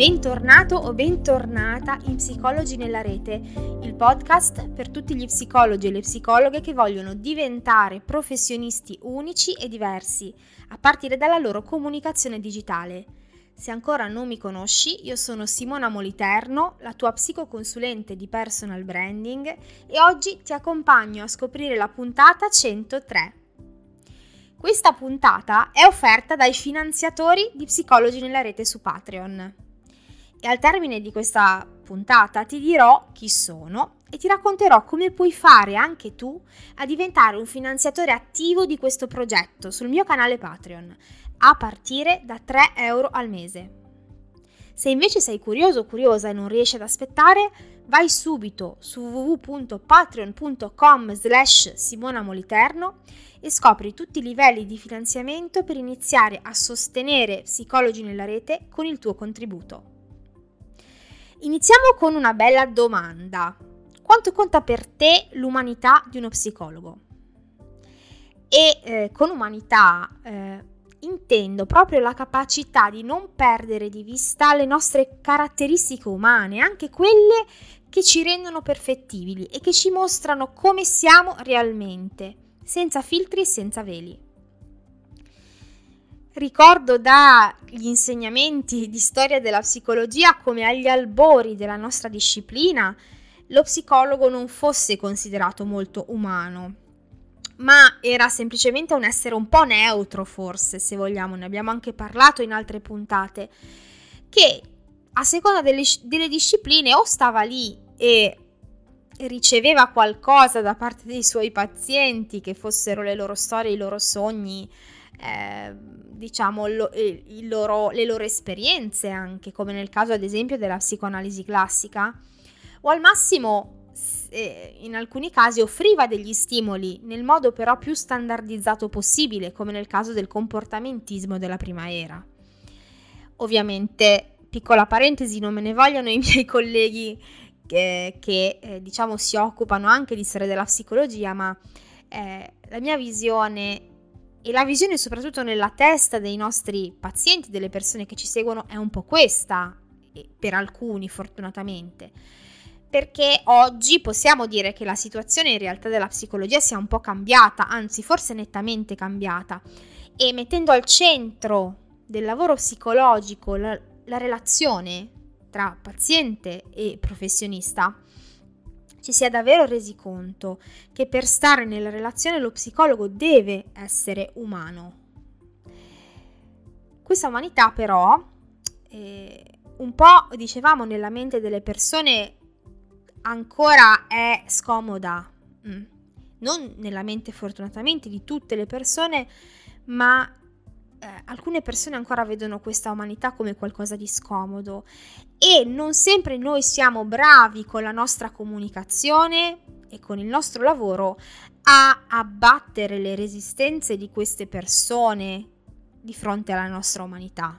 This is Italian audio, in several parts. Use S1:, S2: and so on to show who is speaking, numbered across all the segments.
S1: Bentornato o bentornata in Psicologi nella Rete, il podcast per tutti gli psicologi e le psicologhe che vogliono diventare professionisti unici e diversi, a partire dalla loro comunicazione digitale. Se ancora non mi conosci, io sono Simona Moliterno, la tua psicoconsulente di personal branding, e oggi ti accompagno a scoprire la puntata 103. Questa puntata è offerta dai finanziatori di Psicologi nella Rete su Patreon. E al termine di questa puntata ti dirò chi sono e ti racconterò come puoi fare anche tu a diventare un finanziatore attivo di questo progetto sul mio canale Patreon, a partire da 3 euro al mese. Se invece sei curioso o curiosa e non riesci ad aspettare, vai subito su www.patreon.com/Simona Moliterno e scopri tutti i livelli di finanziamento per iniziare a sostenere Psicologi nella Rete con il tuo contributo. Iniziamo con una bella domanda. Quanto conta per te l'umanità di uno psicologo? E con umanità intendo proprio la capacità di non perdere di vista le nostre caratteristiche umane, anche quelle che ci rendono perfettibili e che ci mostrano come siamo realmente, senza filtri e senza veli. Ricordo dagli insegnamenti di storia della psicologia come agli albori della nostra disciplina lo psicologo non fosse considerato molto umano, ma era semplicemente un essere un po' neutro, forse, se vogliamo, ne abbiamo anche parlato in altre puntate, che a seconda delle discipline o stava lì e riceveva qualcosa da parte dei suoi pazienti, che fossero le loro storie, i loro sogni, le loro esperienze, anche come nel caso ad esempio della psicoanalisi classica, o al massimo in alcuni casi offriva degli stimoli nel modo però più standardizzato possibile, come nel caso del comportamentismo della prima era. Ovviamente, piccola parentesi, non me ne vogliano i miei colleghi che si occupano anche di storia della psicologia, ma la mia visione e la visione soprattutto nella testa dei nostri pazienti, delle persone che ci seguono, è un po' questa, per alcuni fortunatamente, perché oggi possiamo dire che la situazione in realtà della psicologia sia un po' cambiata, anzi forse nettamente cambiata, e mettendo al centro del lavoro psicologico la relazione tra paziente e professionista, ci si è davvero resi conto che per stare nella relazione lo psicologo deve essere umano. Questa umanità però, un po' dicevamo nella mente delle persone, ancora è scomoda, non nella mente fortunatamente di tutte le persone, ma alcune persone ancora vedono questa umanità come qualcosa di scomodo e non sempre noi siamo bravi con la nostra comunicazione e con il nostro lavoro a abbattere le resistenze di queste persone di fronte alla nostra umanità.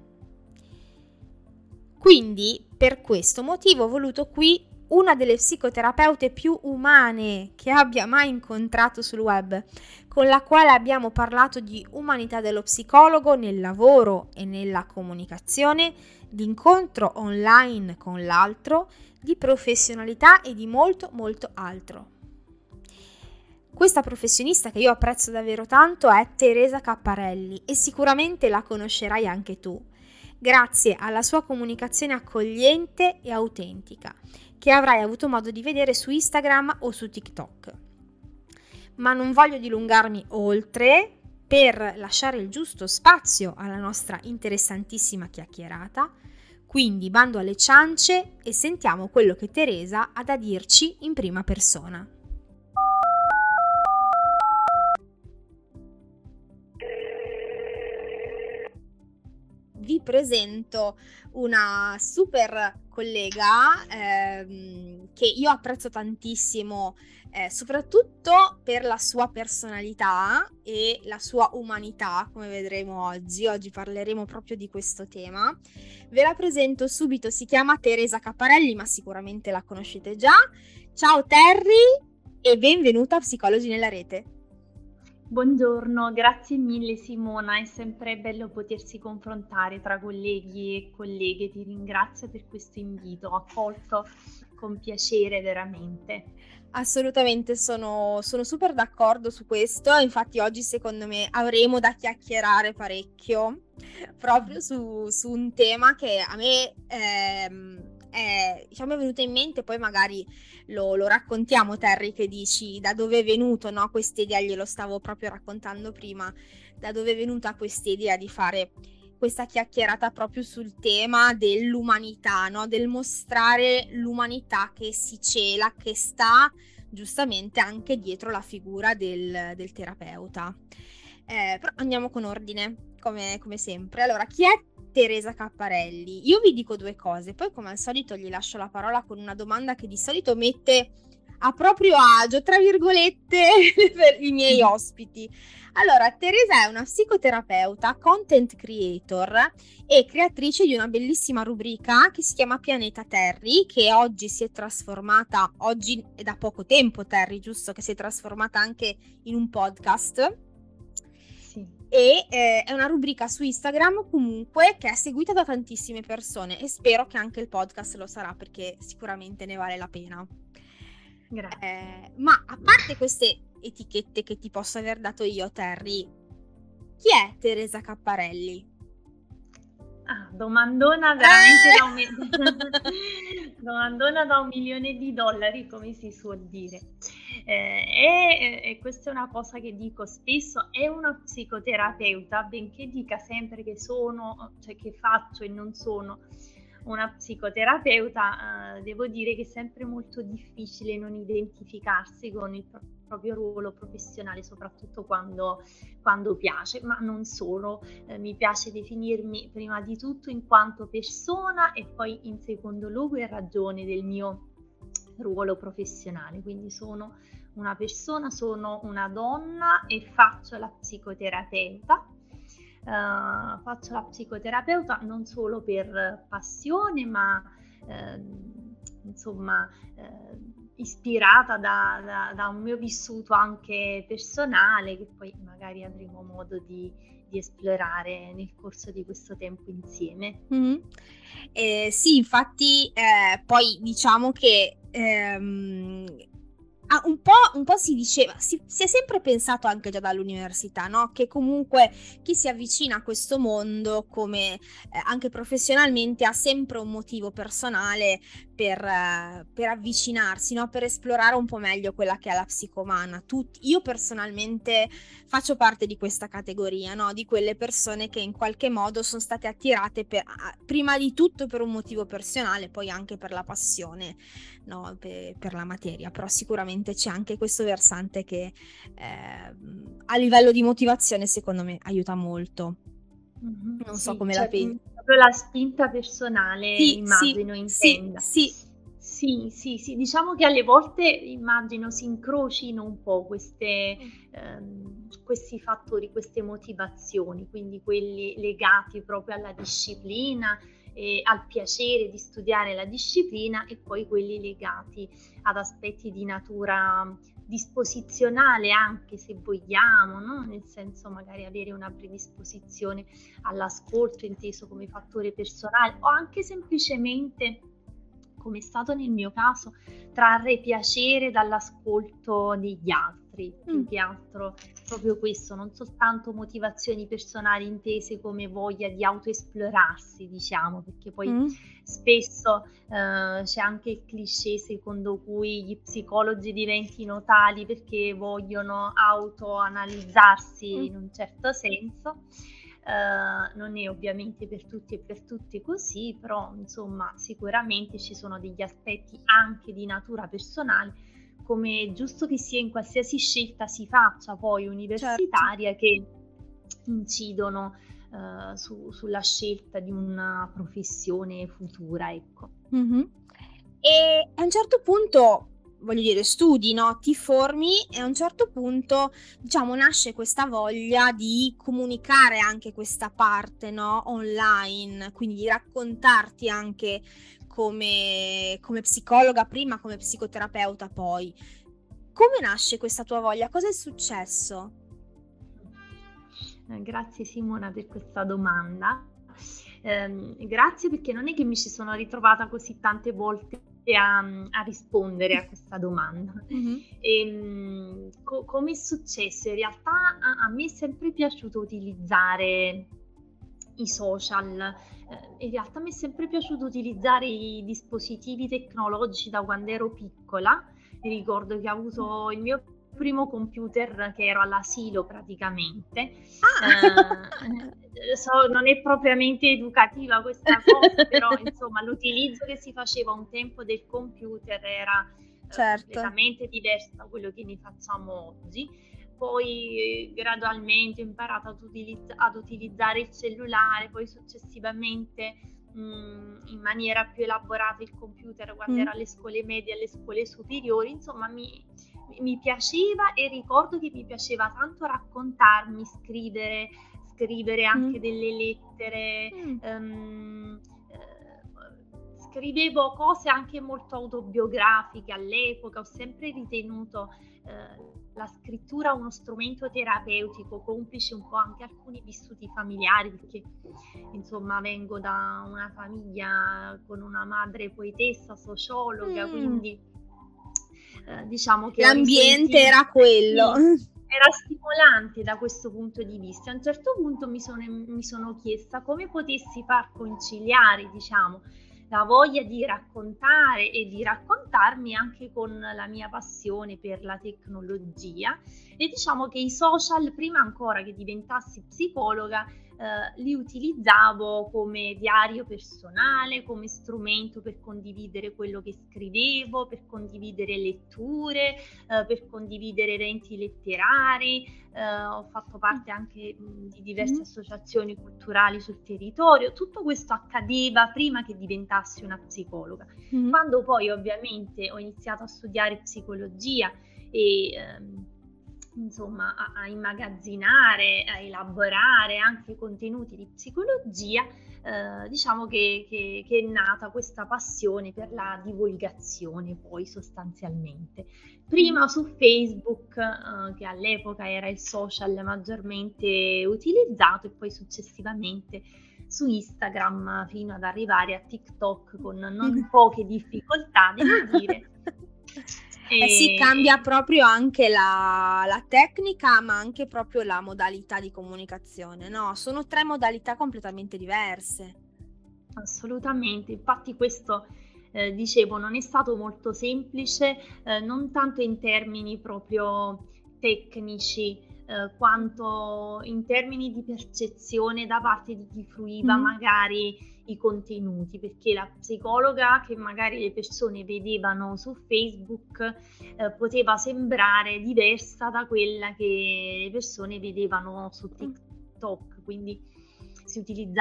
S1: Quindi, per questo motivo ho voluto qui una delle psicoterapeute più umane che abbia mai incontrato sul web, con la quale abbiamo parlato di umanità dello psicologo nel lavoro e nella comunicazione, di incontro online con l'altro, di professionalità e di molto molto altro. Questa professionista che io apprezzo davvero tanto è Teresa Capparelli e sicuramente la conoscerai anche tu, grazie alla sua comunicazione accogliente e autentica, che avrai avuto modo di vedere su Instagram o su TikTok. Ma non voglio dilungarmi oltre per lasciare il giusto spazio alla nostra interessantissima chiacchierata, quindi bando alle ciance e sentiamo quello che Teresa ha da dirci in prima persona. Vi presento una super collega che io apprezzo tantissimo, soprattutto per la sua personalità e la sua umanità, come vedremo oggi. Oggi parleremo proprio di questo tema. Ve la presento subito, si chiama Teresa Capparelli, ma sicuramente la conoscete già. Ciao Terry e benvenuta a Psicologi nella Rete.
S2: Buongiorno, grazie mille Simona, è sempre bello potersi confrontare tra colleghi e colleghe. Ti ringrazio per questo invito, accolto con piacere veramente.
S1: Assolutamente, sono super d'accordo su questo. Infatti oggi secondo me avremo da chiacchierare parecchio proprio su un tema che a me diciamo, è venuto in mente. Poi magari lo raccontiamo, Terry, che dici da dove è venuto, no, quest'idea. Glielo stavo proprio raccontando prima, da dove è venuta quest'idea di fare questa chiacchierata proprio sul tema dell'umanità, no? Del mostrare l'umanità che si cela, che sta giustamente anche dietro la figura del terapeuta. Però andiamo con ordine, come sempre. Allora, chi è Teresa Capparelli? Io vi dico due cose, poi come al solito gli lascio la parola con una domanda che di solito mette a proprio agio, tra virgolette, per i miei ospiti. Allora, Teresa è una psicoterapeuta, content creator e creatrice di una bellissima rubrica che si chiama Pianeta Terry, che oggi si è trasformata, oggi è da poco tempo, Terry, giusto? Che si è trasformata anche in un podcast.
S2: Sì.
S1: E è una rubrica su Instagram comunque che è seguita da tantissime persone e spero che anche il podcast lo sarà, perché sicuramente ne vale la pena.
S2: Grazie.
S1: Ma a parte queste etichette che ti posso aver dato io, Terry, chi è Teresa Capparelli?
S2: Domandona veramente domandona da $1.000.000, come si suol dire. E questa è una cosa che dico spesso, è una psicoterapeuta, benché dica sempre che che faccio e non sono una psicoterapeuta, devo dire che è sempre molto difficile non identificarsi con il proprio ruolo professionale, soprattutto quando piace, ma non solo. Mi piace definirmi prima di tutto in quanto persona e poi in secondo luogo in ragione del mio ruolo professionale. Quindi sono una persona, sono una donna e faccio la psicoterapeuta. Faccio la psicoterapeuta non solo per passione, ma insomma ispirata da un mio vissuto anche personale, che poi magari avremo modo di esplorare nel corso di questo tempo insieme.
S1: Mm-hmm. Sì, infatti poi diciamo che un po' si diceva, si è sempre pensato anche già dall'università, no? Che comunque chi si avvicina a questo mondo come anche professionalmente ha sempre un motivo personale per avvicinarsi, no? Per esplorare un po' meglio quella che è la psicomana. Io personalmente faccio parte di questa categoria, no? Di quelle persone che in qualche modo sono state attirate prima di tutto per un motivo personale, poi anche per la passione, no? Per la materia, però sicuramente c'è anche questo versante che a livello di motivazione secondo me aiuta molto.
S2: Mm-hmm.
S1: Non so
S2: Sì,
S1: come la
S2: cioè,
S1: pensi.
S2: proprio la spinta personale,
S1: Sì,
S2: immagino, intenda.
S1: sì.
S2: Sì, diciamo che alle volte immagino si incrocino un po' questi fattori, queste motivazioni, quindi quelli legati proprio alla disciplina e al piacere di studiare la disciplina, e poi quelli legati ad aspetti di natura disposizionale, anche se vogliamo, no? Nel senso magari avere una predisposizione all'ascolto inteso come fattore personale, o anche semplicemente, come è stato nel mio caso, trarre piacere dall'ascolto degli altri, più che altro proprio questo, non soltanto motivazioni personali intese come voglia di autoesplorarsi, diciamo, perché poi spesso c'è anche il cliché secondo cui gli psicologi diventino tali perché vogliono autoanalizzarsi in un certo senso. Non è ovviamente per tutti e per tutte così, però insomma sicuramente ci sono degli aspetti anche di natura personale, come è giusto che sia in qualsiasi scelta si faccia poi universitaria, certo, che incidono sulla scelta di una professione futura, ecco.
S1: Mm-hmm. E a un certo punto, voglio dire, studi, no? Ti formi e a un certo punto, diciamo, nasce questa voglia di comunicare anche questa parte, no? Online, quindi di raccontarti anche come psicologa prima, come psicoterapeuta poi. Come nasce questa tua voglia? Cosa è successo?
S2: Grazie Simona per questa domanda. Grazie perché non è che mi ci sono ritrovata così tante volte a rispondere a questa domanda.
S1: Mhm.
S2: Come è successo? In realtà a me è sempre piaciuto utilizzare i social. In realtà mi è sempre piaciuto utilizzare i dispositivi tecnologici da quando ero piccola. Mi ricordo che ho avuto il mio primo computer che ero all'asilo praticamente.
S1: Ah!
S2: Non è propriamente educativa questa cosa, però insomma l'utilizzo che si faceva un tempo del computer era
S1: Certo.
S2: completamente diverso da quello che ne facciamo oggi. Poi gradualmente ho imparato ad utilizzare il cellulare, poi successivamente in maniera più elaborata il computer quando ero alle scuole medie e alle scuole superiori. Insomma, mi piaceva, e ricordo che mi piaceva tanto raccontarmi, scrivere anche delle lettere. Scrivevo cose anche molto autobiografiche all'epoca. Ho sempre ritenuto la scrittura uno strumento terapeutico, complice un po' anche alcuni vissuti familiari, perché insomma vengo da una famiglia con una madre poetessa, sociologa, quindi diciamo che
S1: l'ambiente era quello.
S2: Sì, era stimolante da questo punto di vista. A un certo punto mi sono chiesta come potessi far conciliare, diciamo, la voglia di raccontare e di raccontarmi anche con la mia passione per la tecnologia, e diciamo che i social, prima ancora che diventassi psicologa, li utilizzavo come diario personale, come strumento per condividere quello che scrivevo, per condividere letture, per condividere eventi letterari. Ho fatto parte anche di diverse associazioni culturali sul territorio. Tutto questo accadeva prima che diventassi una psicologa. Quando poi ovviamente ho iniziato a studiare psicologia e insomma a immagazzinare, a elaborare anche contenuti di psicologia, diciamo che è nata questa passione per la divulgazione, poi sostanzialmente. Prima su Facebook, che all'epoca era il social maggiormente utilizzato, e poi successivamente su Instagram, fino ad arrivare a TikTok con non poche difficoltà, devo dire.
S1: Sì, cambia proprio anche la tecnica, ma anche proprio la modalità di comunicazione, no? Sono 3 modalità completamente diverse.
S2: Assolutamente, infatti questo dicevo non è stato molto semplice, non tanto in termini proprio tecnici, quanto in termini di percezione da parte di chi fruiva magari i contenuti, perché la psicologa che magari le persone vedevano su Facebook poteva sembrare diversa da quella che le persone vedevano su TikTok, quindi si utilizza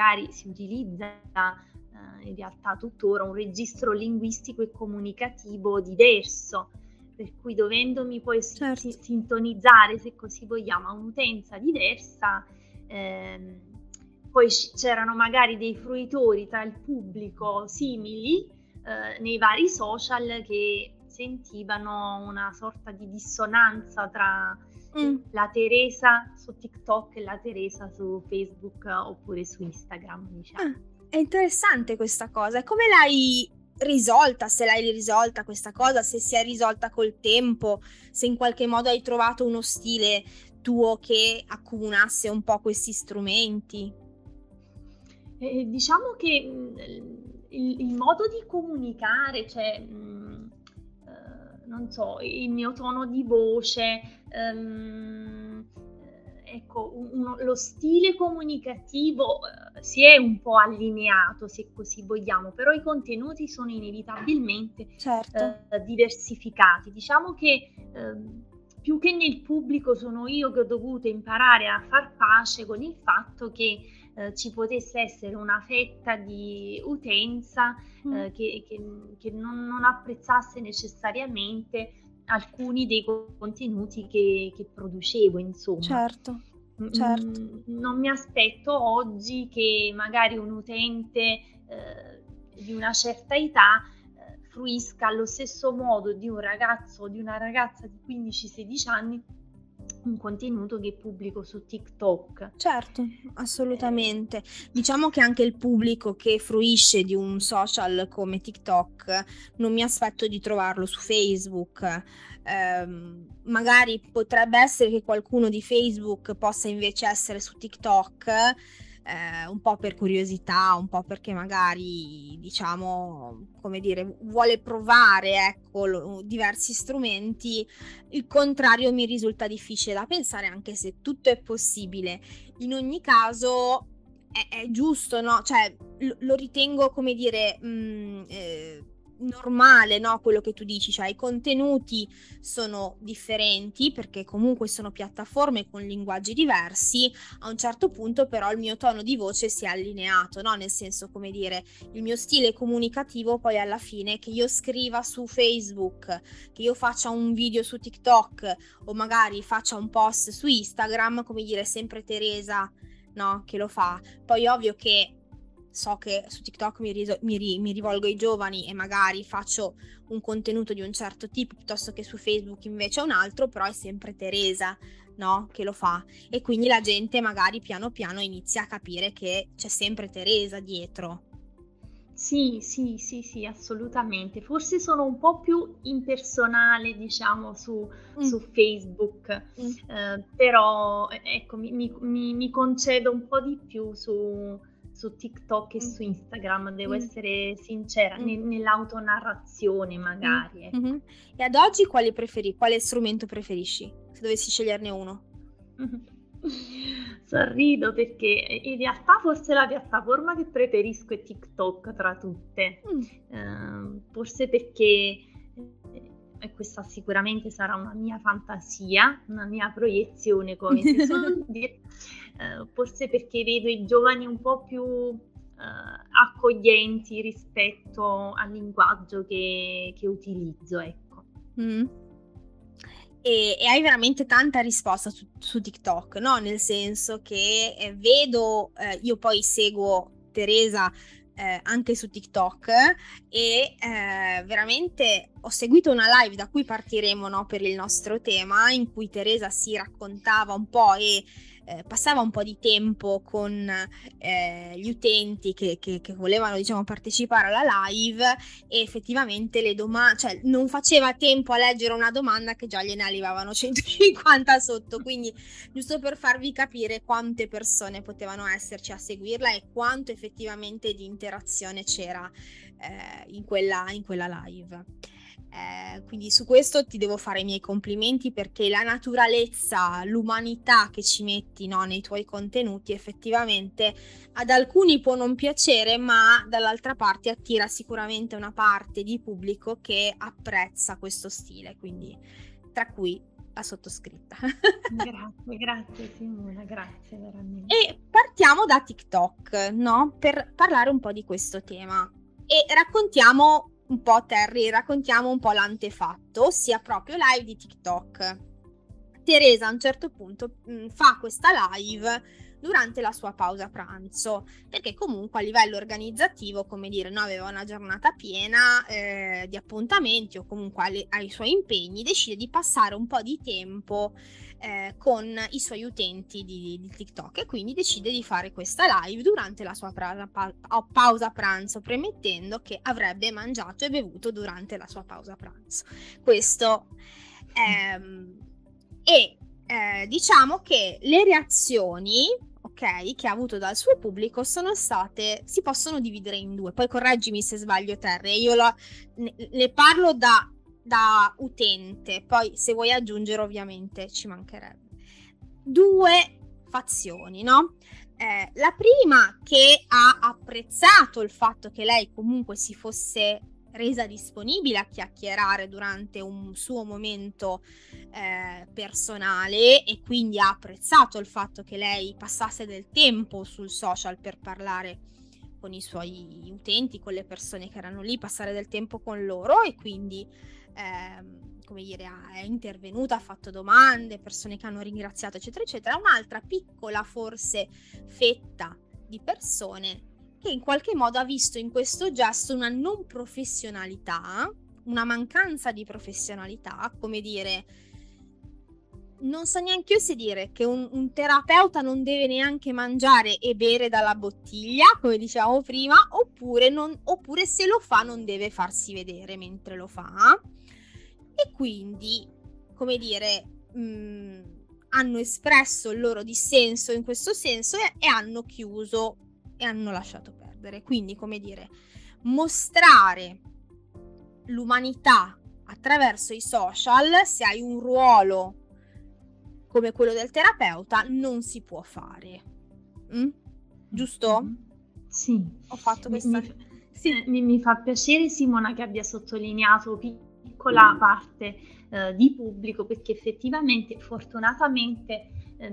S2: in realtà tuttora un registro linguistico e comunicativo diverso, per cui dovendomi poi sintonizzare, se così vogliamo, a un'utenza diversa, poi c'erano magari dei fruitori tra il pubblico simili nei vari social, che sentivano una sorta di dissonanza tra la Teresa su TikTok e la Teresa su Facebook oppure su Instagram, diciamo.
S1: È interessante questa cosa. Come l'hai risolta? Se l'hai risolta questa cosa, se si è risolta col tempo, se in qualche modo hai trovato uno stile tuo che accomunasse un po' questi strumenti?
S2: Diciamo che il modo di comunicare, cioè non so, il mio tono di voce, ecco, lo stile comunicativo si è un po' allineato, se così vogliamo, però i contenuti sono inevitabilmente diversificati. Diciamo che più che nel pubblico sono io che ho dovuto imparare a far pace con il fatto che ci potesse essere una fetta di utenza che non apprezzasse necessariamente alcuni dei contenuti che producevo, insomma.
S1: Certo.
S2: Non mi aspetto oggi che magari un utente di una certa età fruisca allo stesso modo di un ragazzo o di una ragazza di 15-16 anni un contenuto che pubblico su TikTok.
S1: Certo, assolutamente. Diciamo che anche il pubblico che fruisce di un social come TikTok non mi aspetto di trovarlo su Facebook. Magari potrebbe essere che qualcuno di Facebook possa invece essere su TikTok, un po' per curiosità, un po' perché magari, diciamo, come dire, vuole provare, ecco, diversi strumenti. Il contrario mi risulta difficile da pensare, anche se tutto è possibile. In ogni caso è giusto, no? Cioè, lo ritengo, come dire, normale, no? Quello che tu dici, cioè i contenuti sono differenti perché comunque sono piattaforme con linguaggi diversi. A un certo punto però il mio tono di voce si è allineato, no? Nel senso, come dire, il mio stile comunicativo poi alla fine, che io scriva su Facebook, che io faccia un video su TikTok o magari faccia un post su Instagram, come dire, sempre Teresa, no? Che lo fa. Poi ovvio che so che su TikTok mi rivolgo ai giovani e magari faccio un contenuto di un certo tipo piuttosto che su Facebook invece un altro, però è sempre Teresa, no? Che lo fa. E quindi la gente magari piano piano inizia a capire che c'è sempre Teresa dietro.
S2: Sì, sì, sì, sì, assolutamente. Forse sono un po' più impersonale, diciamo, su Facebook, però ecco, mi concedo un po' di più su TikTok e su Instagram, devo essere sincera, nell'autonarrazione magari, ecco.
S1: E ad oggi quale strumento preferisci, se dovessi sceglierne uno?
S2: Sorrido perché in realtà forse la piattaforma che preferisco è TikTok tra tutte. Forse perché, e questa sicuramente sarà una mia fantasia, una mia proiezione, come si suol dire, forse perché vedo i giovani un po' più accoglienti rispetto al linguaggio che utilizzo, ecco.
S1: E hai veramente tanta risposta su TikTok, no? Nel senso che vedo, io poi seguo Teresa anche su TikTok e veramente ho seguito una live da cui partiremo, no, per il nostro tema, in cui Teresa si raccontava un po' e passava un po' di tempo con gli utenti che volevano, diciamo, partecipare alla live, e effettivamente le domande, cioè non faceva tempo a leggere una domanda che già gliene arrivavano 150 sotto, quindi giusto per farvi capire quante persone potevano esserci a seguirla e quanto effettivamente di interazione c'era in quella live. Quindi su questo ti devo fare i miei complimenti, perché la naturalezza, l'umanità che ci metti, no, nei tuoi contenuti effettivamente ad alcuni può non piacere, ma dall'altra parte attira sicuramente una parte di pubblico che apprezza questo stile, quindi tra cui la sottoscritta.
S2: Grazie Simona, grazie veramente.
S1: E partiamo da TikTok, no? Per parlare un po' di questo tema e raccontiamo un po', Terry, raccontiamo un po' l'antefatto, ossia proprio live di TikTok. Teresa a un certo punto fa questa live durante la sua pausa pranzo, perché comunque a livello organizzativo, come dire, no, aveva una giornata piena di appuntamenti o comunque ai suoi impegni, decide di passare un po' di tempo con i suoi utenti di TikTok, e quindi decide di fare questa live durante la sua pausa pranzo, premettendo che avrebbe mangiato e bevuto durante la sua pausa pranzo. Questo diciamo che le reazioni, ok, che ha avuto dal suo pubblico si possono dividere in due. Poi correggimi se sbaglio, Terry, io ne parlo da utente, poi se vuoi aggiungere ovviamente ci mancherebbe. Due fazioni, no? La prima, che ha apprezzato il fatto che lei comunque si fosse resa disponibile a chiacchierare durante un suo momento personale, e quindi ha apprezzato il fatto che lei passasse del tempo sul social per parlare con i suoi utenti, con le persone che erano lì, passare del tempo con loro, e quindi come dire, è intervenuta, ha fatto domande, persone che hanno ringraziato, eccetera eccetera. Un'altra piccola forse fetta di persone che in qualche modo ha visto in questo gesto una non professionalità, una mancanza di professionalità, come dire, non so neanche io se dire che un terapeuta non deve neanche mangiare e bere dalla bottiglia, come dicevamo prima, oppure se lo fa non deve farsi vedere mentre lo fa. E quindi, come dire, hanno espresso il loro dissenso in questo senso e hanno chiuso e hanno lasciato perdere. Quindi, come dire, mostrare l'umanità attraverso i social, se hai un ruolo come quello del terapeuta, non si può fare. Giusto?
S2: Mm-hmm. Sì.
S1: Ho fatto questa...
S2: Mi fa piacere, Simona, che abbia sottolineato piccola parte di pubblico, perché effettivamente, fortunatamente,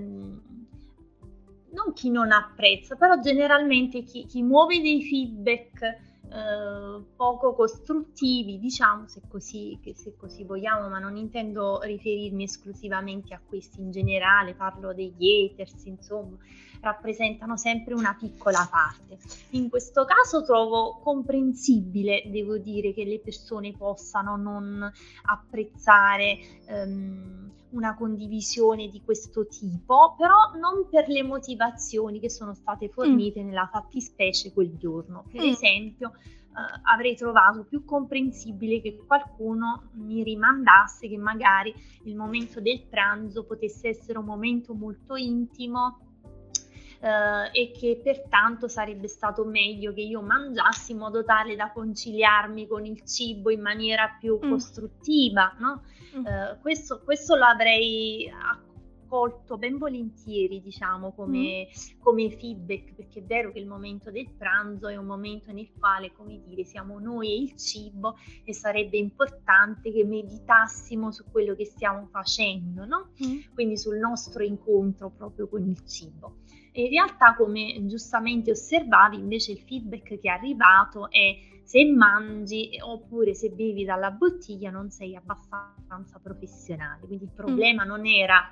S2: non chi non apprezza, però generalmente chi muove dei feedback poco costruttivi, diciamo, se così vogliamo, ma non intendo riferirmi esclusivamente a questi, in generale parlo degli haters, insomma, rappresentano sempre una piccola parte. In questo caso trovo comprensibile, devo dire, che le persone possano non apprezzare una condivisione di questo tipo, però non per le motivazioni che sono state fornite nella fattispecie quel giorno. Per esempio, avrei trovato più comprensibile che qualcuno mi rimandasse che magari il momento del pranzo potesse essere un momento molto intimo, e che pertanto sarebbe stato meglio che io mangiassi in modo tale da conciliarmi con il cibo in maniera più costruttiva, no? Questo l'avrei accolto ben volentieri, diciamo, come feedback, perché è vero che il momento del pranzo è un momento nel quale, come dire, siamo noi e il cibo, e sarebbe importante che meditassimo su quello che stiamo facendo, no? Quindi sul nostro incontro proprio con il cibo. E in realtà, come giustamente osservavi, invece il feedback che è arrivato è: se mangi oppure se bevi dalla bottiglia non sei abbastanza professionale. Quindi il problema non era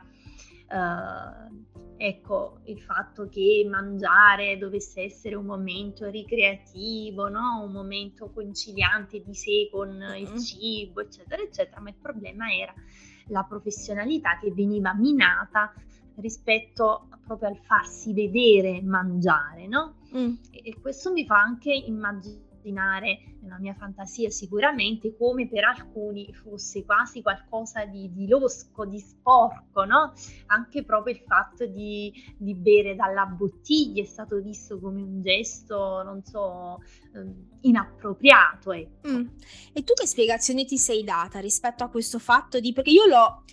S2: il fatto che mangiare dovesse essere un momento ricreativo, no? Un momento conciliante di sé con il cibo, eccetera, eccetera, ma il problema era la professionalità che veniva minata rispetto proprio al farsi vedere mangiare, no? E questo mi fa anche immaginare, nella mia fantasia sicuramente, come per alcuni fosse quasi qualcosa di losco, di sporco, no? Anche proprio il fatto di bere dalla bottiglia è stato visto come un gesto, non so, inappropriato, ecco.
S1: E tu che spiegazione ti sei data rispetto a questo fatto perché io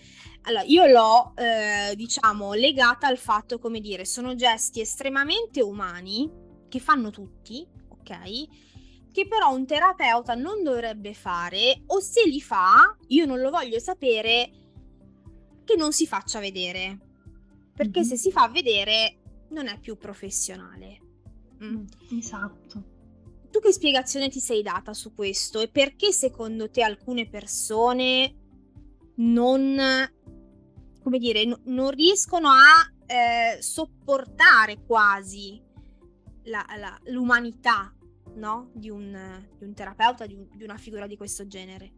S1: l'ho diciamo legata al fatto, come dire, sono gesti estremamente umani che fanno tutti, ok? Che però un terapeuta non dovrebbe fare, o se li fa, io non lo voglio sapere, che non si faccia vedere, perché se si fa vedere non è più professionale.
S2: Esatto.
S1: Tu che spiegazione ti sei data su questo e perché secondo te alcune persone non, come dire, non riescono a sopportare quasi l'umanità, no? Di un terapeuta, di una figura di questo genere?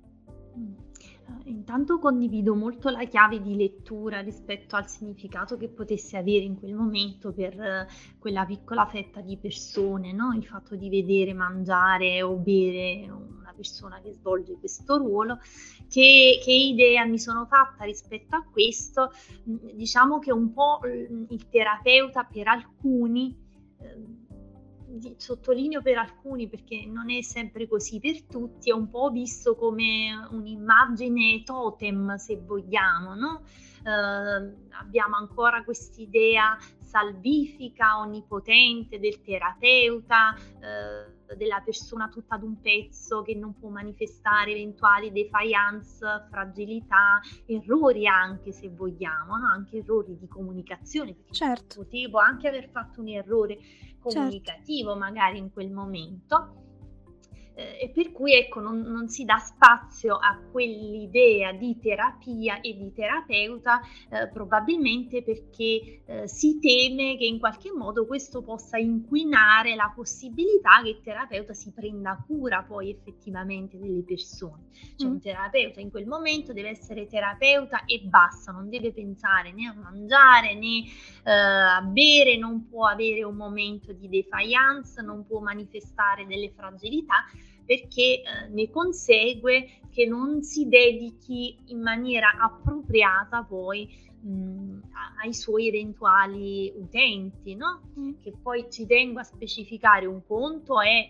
S2: Intanto condivido molto la chiave di lettura rispetto al significato che potesse avere in quel momento per quella piccola fetta di persone, no? Il fatto di vedere mangiare o bere una persona che svolge questo ruolo. Che idea mi sono fatta rispetto a questo? Diciamo che un po' il terapeuta per alcuni, sottolineo per alcuni perché non è sempre così per tutti, è un po' visto come un'immagine totem, se vogliamo, no? Abbiamo ancora quest'idea salvifica, onnipotente del terapeuta, della persona tutta ad un pezzo che non può manifestare eventuali defiance, fragilità, errori anche, se vogliamo, no? Anche errori di comunicazione, perché
S1: certo,
S2: potevo anche aver fatto un errore comunicativo, certo, magari in quel momento. e per cui ecco non si dà spazio a quell'idea di terapia e di terapeuta, probabilmente perché si teme che in qualche modo questo possa inquinare la possibilità che il terapeuta si prenda cura poi effettivamente delle persone. Cioè un terapeuta in quel momento deve essere terapeuta e basta, non deve pensare né a mangiare né a bere, non può avere un momento di defiance, non può manifestare delle fragilità, perché ne consegue che non si dedichi in maniera appropriata poi ai suoi eventuali utenti, no? Che poi ci tengo a specificare, un conto è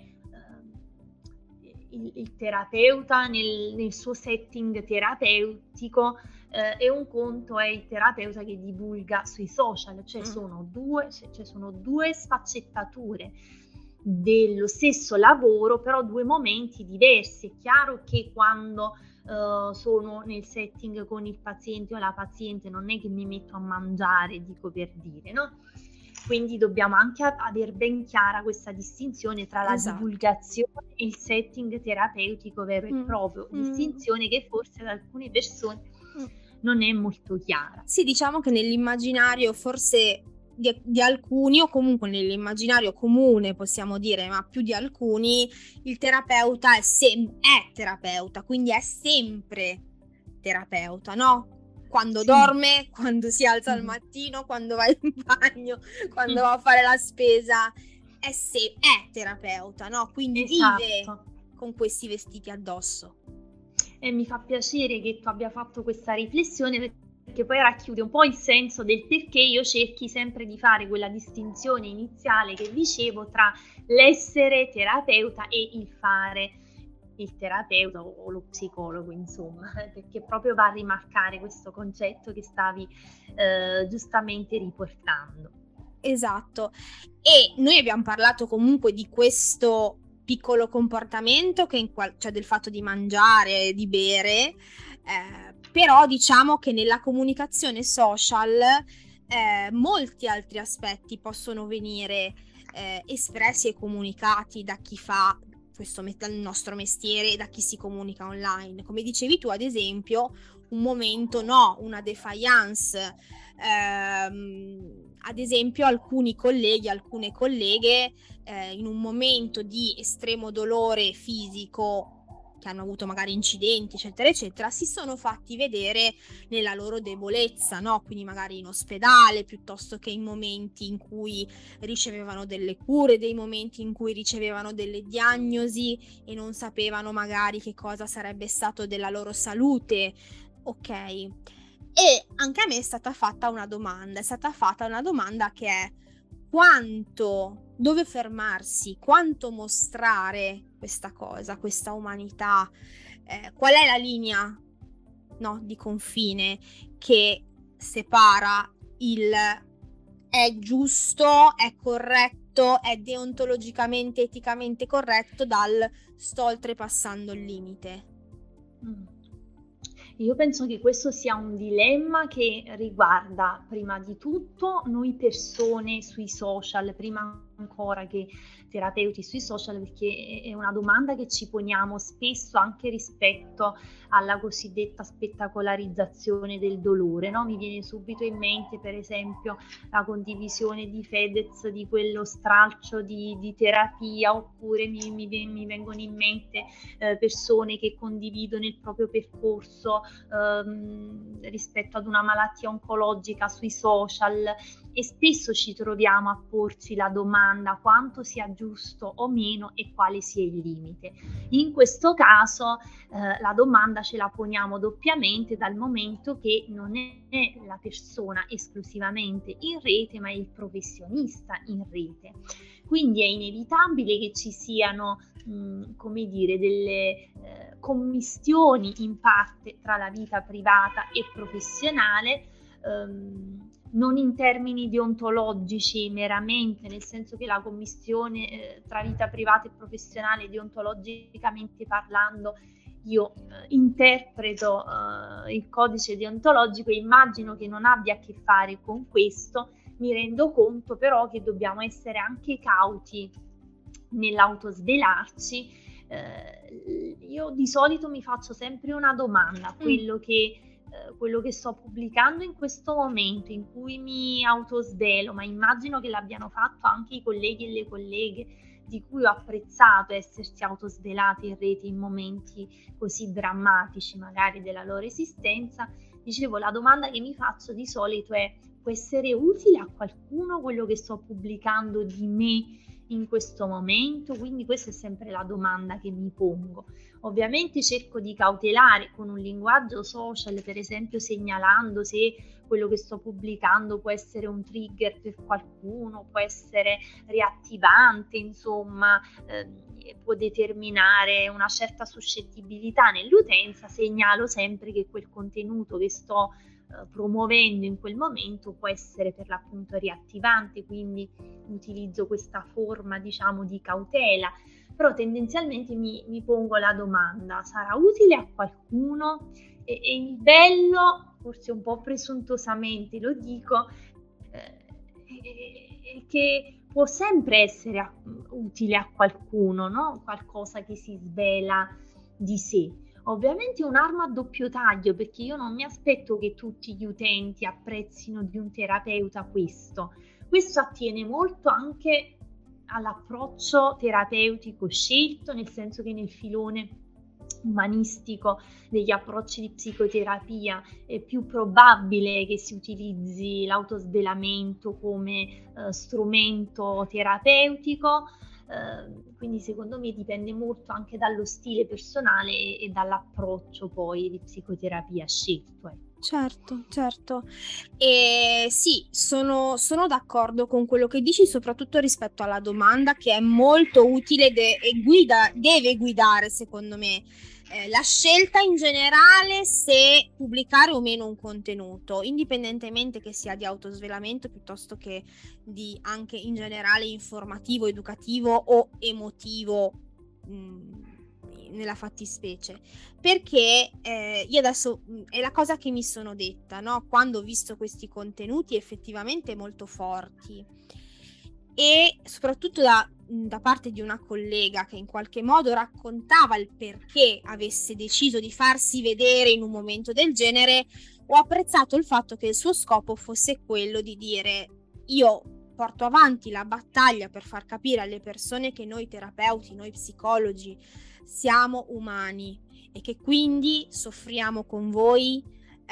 S2: il terapeuta nel suo setting terapeutico, e un conto è il terapeuta che divulga sui social, cioè sono due sfaccettature dello stesso lavoro, però due momenti diversi. È chiaro che quando sono nel setting con il paziente o la paziente non è che mi metto a mangiare, dico per dire, no? Quindi dobbiamo anche aver ben chiara questa distinzione tra la divulgazione e il setting terapeutico vero e proprio, distinzione che forse ad alcune persone non è molto chiara.
S1: Sì, diciamo che nell'immaginario forse di alcuni, o comunque nell'immaginario comune possiamo dire, ma più di alcuni, il terapeuta è terapeuta, quindi è sempre terapeuta, no? Quando dorme, quando si alza al mattino, quando va in bagno, quando va a fare la spesa, è terapeuta, no? Quindi vive con questi vestiti addosso.
S2: E mi fa piacere che tu abbia fatto questa riflessione, perché poi racchiude un po' il senso del perché io cerchi sempre di fare quella distinzione iniziale che dicevo tra l'essere terapeuta e il fare il terapeuta o lo psicologo, insomma, perché proprio va a rimarcare questo concetto che stavi giustamente riportando.
S1: Esatto, e noi abbiamo parlato comunque di questo piccolo comportamento cioè del fatto di mangiare, di bere, però diciamo che nella comunicazione social molti altri aspetti possono venire espressi e comunicati da chi fa il nostro mestiere e da chi si comunica online. Come dicevi tu, ad esempio, un momento una defiance, ad esempio alcune colleghe in un momento di estremo dolore fisico, che hanno avuto magari incidenti eccetera eccetera, si sono fatti vedere nella loro debolezza, no? Quindi magari in ospedale, piuttosto che in momenti in cui ricevevano delle cure, dei momenti in cui ricevevano delle diagnosi e non sapevano magari che cosa sarebbe stato della loro salute, ok? E anche a me è stata fatta una domanda che è: dove fermarsi, quanto mostrare questa cosa, questa umanità, qual è la linea, no, di confine che separa il è giusto, è corretto, è deontologicamente, eticamente corretto dal sto oltrepassando il limite.
S2: Io penso che questo sia un dilemma che riguarda prima di tutto noi persone sui social, prima ancora che terapeuti sui social, perché è una domanda che ci poniamo spesso anche rispetto alla cosiddetta spettacolarizzazione del dolore, no? Mi viene subito in mente per esempio la condivisione di Fedez di quello stralcio di terapia, oppure mi vengono in mente persone che condividono il proprio percorso rispetto ad una malattia oncologica sui social, e spesso ci troviamo a porci la domanda quanto sia giusto o meno e quale sia il limite. In questo caso la domanda ce la poniamo doppiamente, dal momento che non è la persona esclusivamente in rete, ma è il professionista in rete. Quindi è inevitabile che ci siano come dire, delle commistioni in parte tra la vita privata e professionale, non in termini deontologici meramente, nel senso che la commistione tra vita privata e professionale, deontologicamente parlando, io interpreto il codice deontologico e immagino che non abbia a che fare con questo. Mi rendo conto però che dobbiamo essere anche cauti nell'autosvelarci, io di solito mi faccio sempre una domanda, quello che sto pubblicando in questo momento in cui mi autosvelo, ma immagino che l'abbiano fatto anche i colleghi e le colleghe di cui ho apprezzato essersi autosvelati in rete in momenti così drammatici magari della loro esistenza. Dicevo, la domanda che mi faccio di solito è: può essere utile a qualcuno quello che sto pubblicando di me in questo momento? Quindi questa è sempre la domanda che mi pongo. Ovviamente cerco di cautelare con un linguaggio social, per esempio segnalando se quello che sto pubblicando può essere un trigger per qualcuno, può essere reattivante, insomma, può determinare una certa suscettibilità nell'utenza. Segnalo sempre che quel contenuto che sto promuovendo in quel momento può essere per l'appunto reattivante, quindi utilizzo questa forma, diciamo, di cautela. Però tendenzialmente mi pongo la domanda: sarà utile a qualcuno? E il bello, forse un po' presuntuosamente lo dico, è che può sempre essere utile a qualcuno, no? Qualcosa che si svela di sé. Ovviamente è un'arma a doppio taglio, perché io non mi aspetto che tutti gli utenti apprezzino di un terapeuta questo. Questo attiene molto anche all'approccio terapeutico scelto, nel senso che nel filone umanistico degli approcci di psicoterapia è più probabile che si utilizzi l'autosvelamento come strumento terapeutico. Quindi secondo me dipende molto anche dallo stile personale e dall'approccio poi di psicoterapia scelto.
S1: Certo, certo. E sì, sono d'accordo con quello che dici, soprattutto rispetto alla domanda, che è molto utile deve guidare, secondo me, la scelta in generale se pubblicare o meno un contenuto, indipendentemente che sia di autosvelamento piuttosto che di anche in generale informativo, educativo o emotivo, nella fattispecie, perché io adesso è la cosa che mi sono detta, no? Quando ho visto questi contenuti effettivamente molto forti e soprattutto da parte di una collega che in qualche modo raccontava il perché avesse deciso di farsi vedere in un momento del genere, ho apprezzato il fatto che il suo scopo fosse quello di dire: io porto avanti la battaglia per far capire alle persone che noi terapeuti, noi psicologi siamo umani e che quindi soffriamo con voi,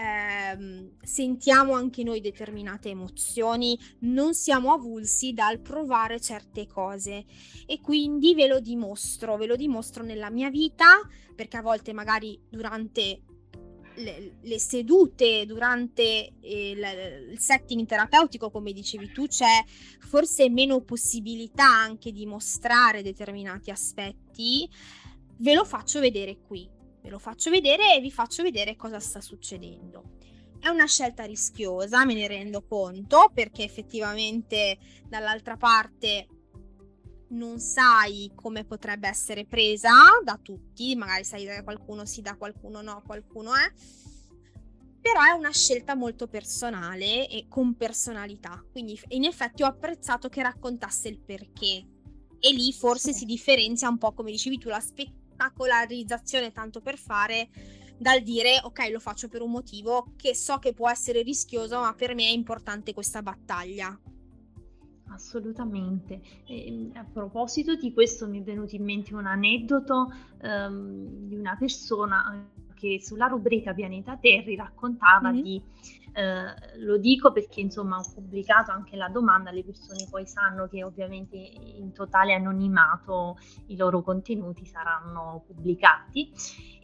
S1: sentiamo anche noi determinate emozioni, non siamo avulsi dal provare certe cose e quindi ve lo dimostro nella mia vita, perché a volte magari durante le sedute, durante il setting terapeutico, come dicevi tu, c'è forse meno possibilità anche di mostrare determinati aspetti. Ve lo faccio vedere qui, ve lo faccio vedere e vi faccio vedere cosa sta succedendo. È una scelta rischiosa, me ne rendo conto, perché effettivamente dall'altra parte non sai come potrebbe essere presa da tutti, magari sai da qualcuno sì, da qualcuno no, qualcuno è, però è una scelta molto personale e con personalità, quindi in effetti ho apprezzato che raccontasse il perché e lì forse si differenzia un po', come dicevi tu, la spettacolarizzazione tanto per fare, dal dire ok, lo faccio per un motivo che so che può essere rischioso, ma per me è importante questa battaglia.
S2: Assolutamente. A proposito di questo mi è venuto in mente un aneddoto di una persona che sulla rubrica Pianeta Terri raccontava di, lo dico perché insomma ho pubblicato anche la domanda, le persone poi sanno che ovviamente in totale anonimato i loro contenuti saranno pubblicati.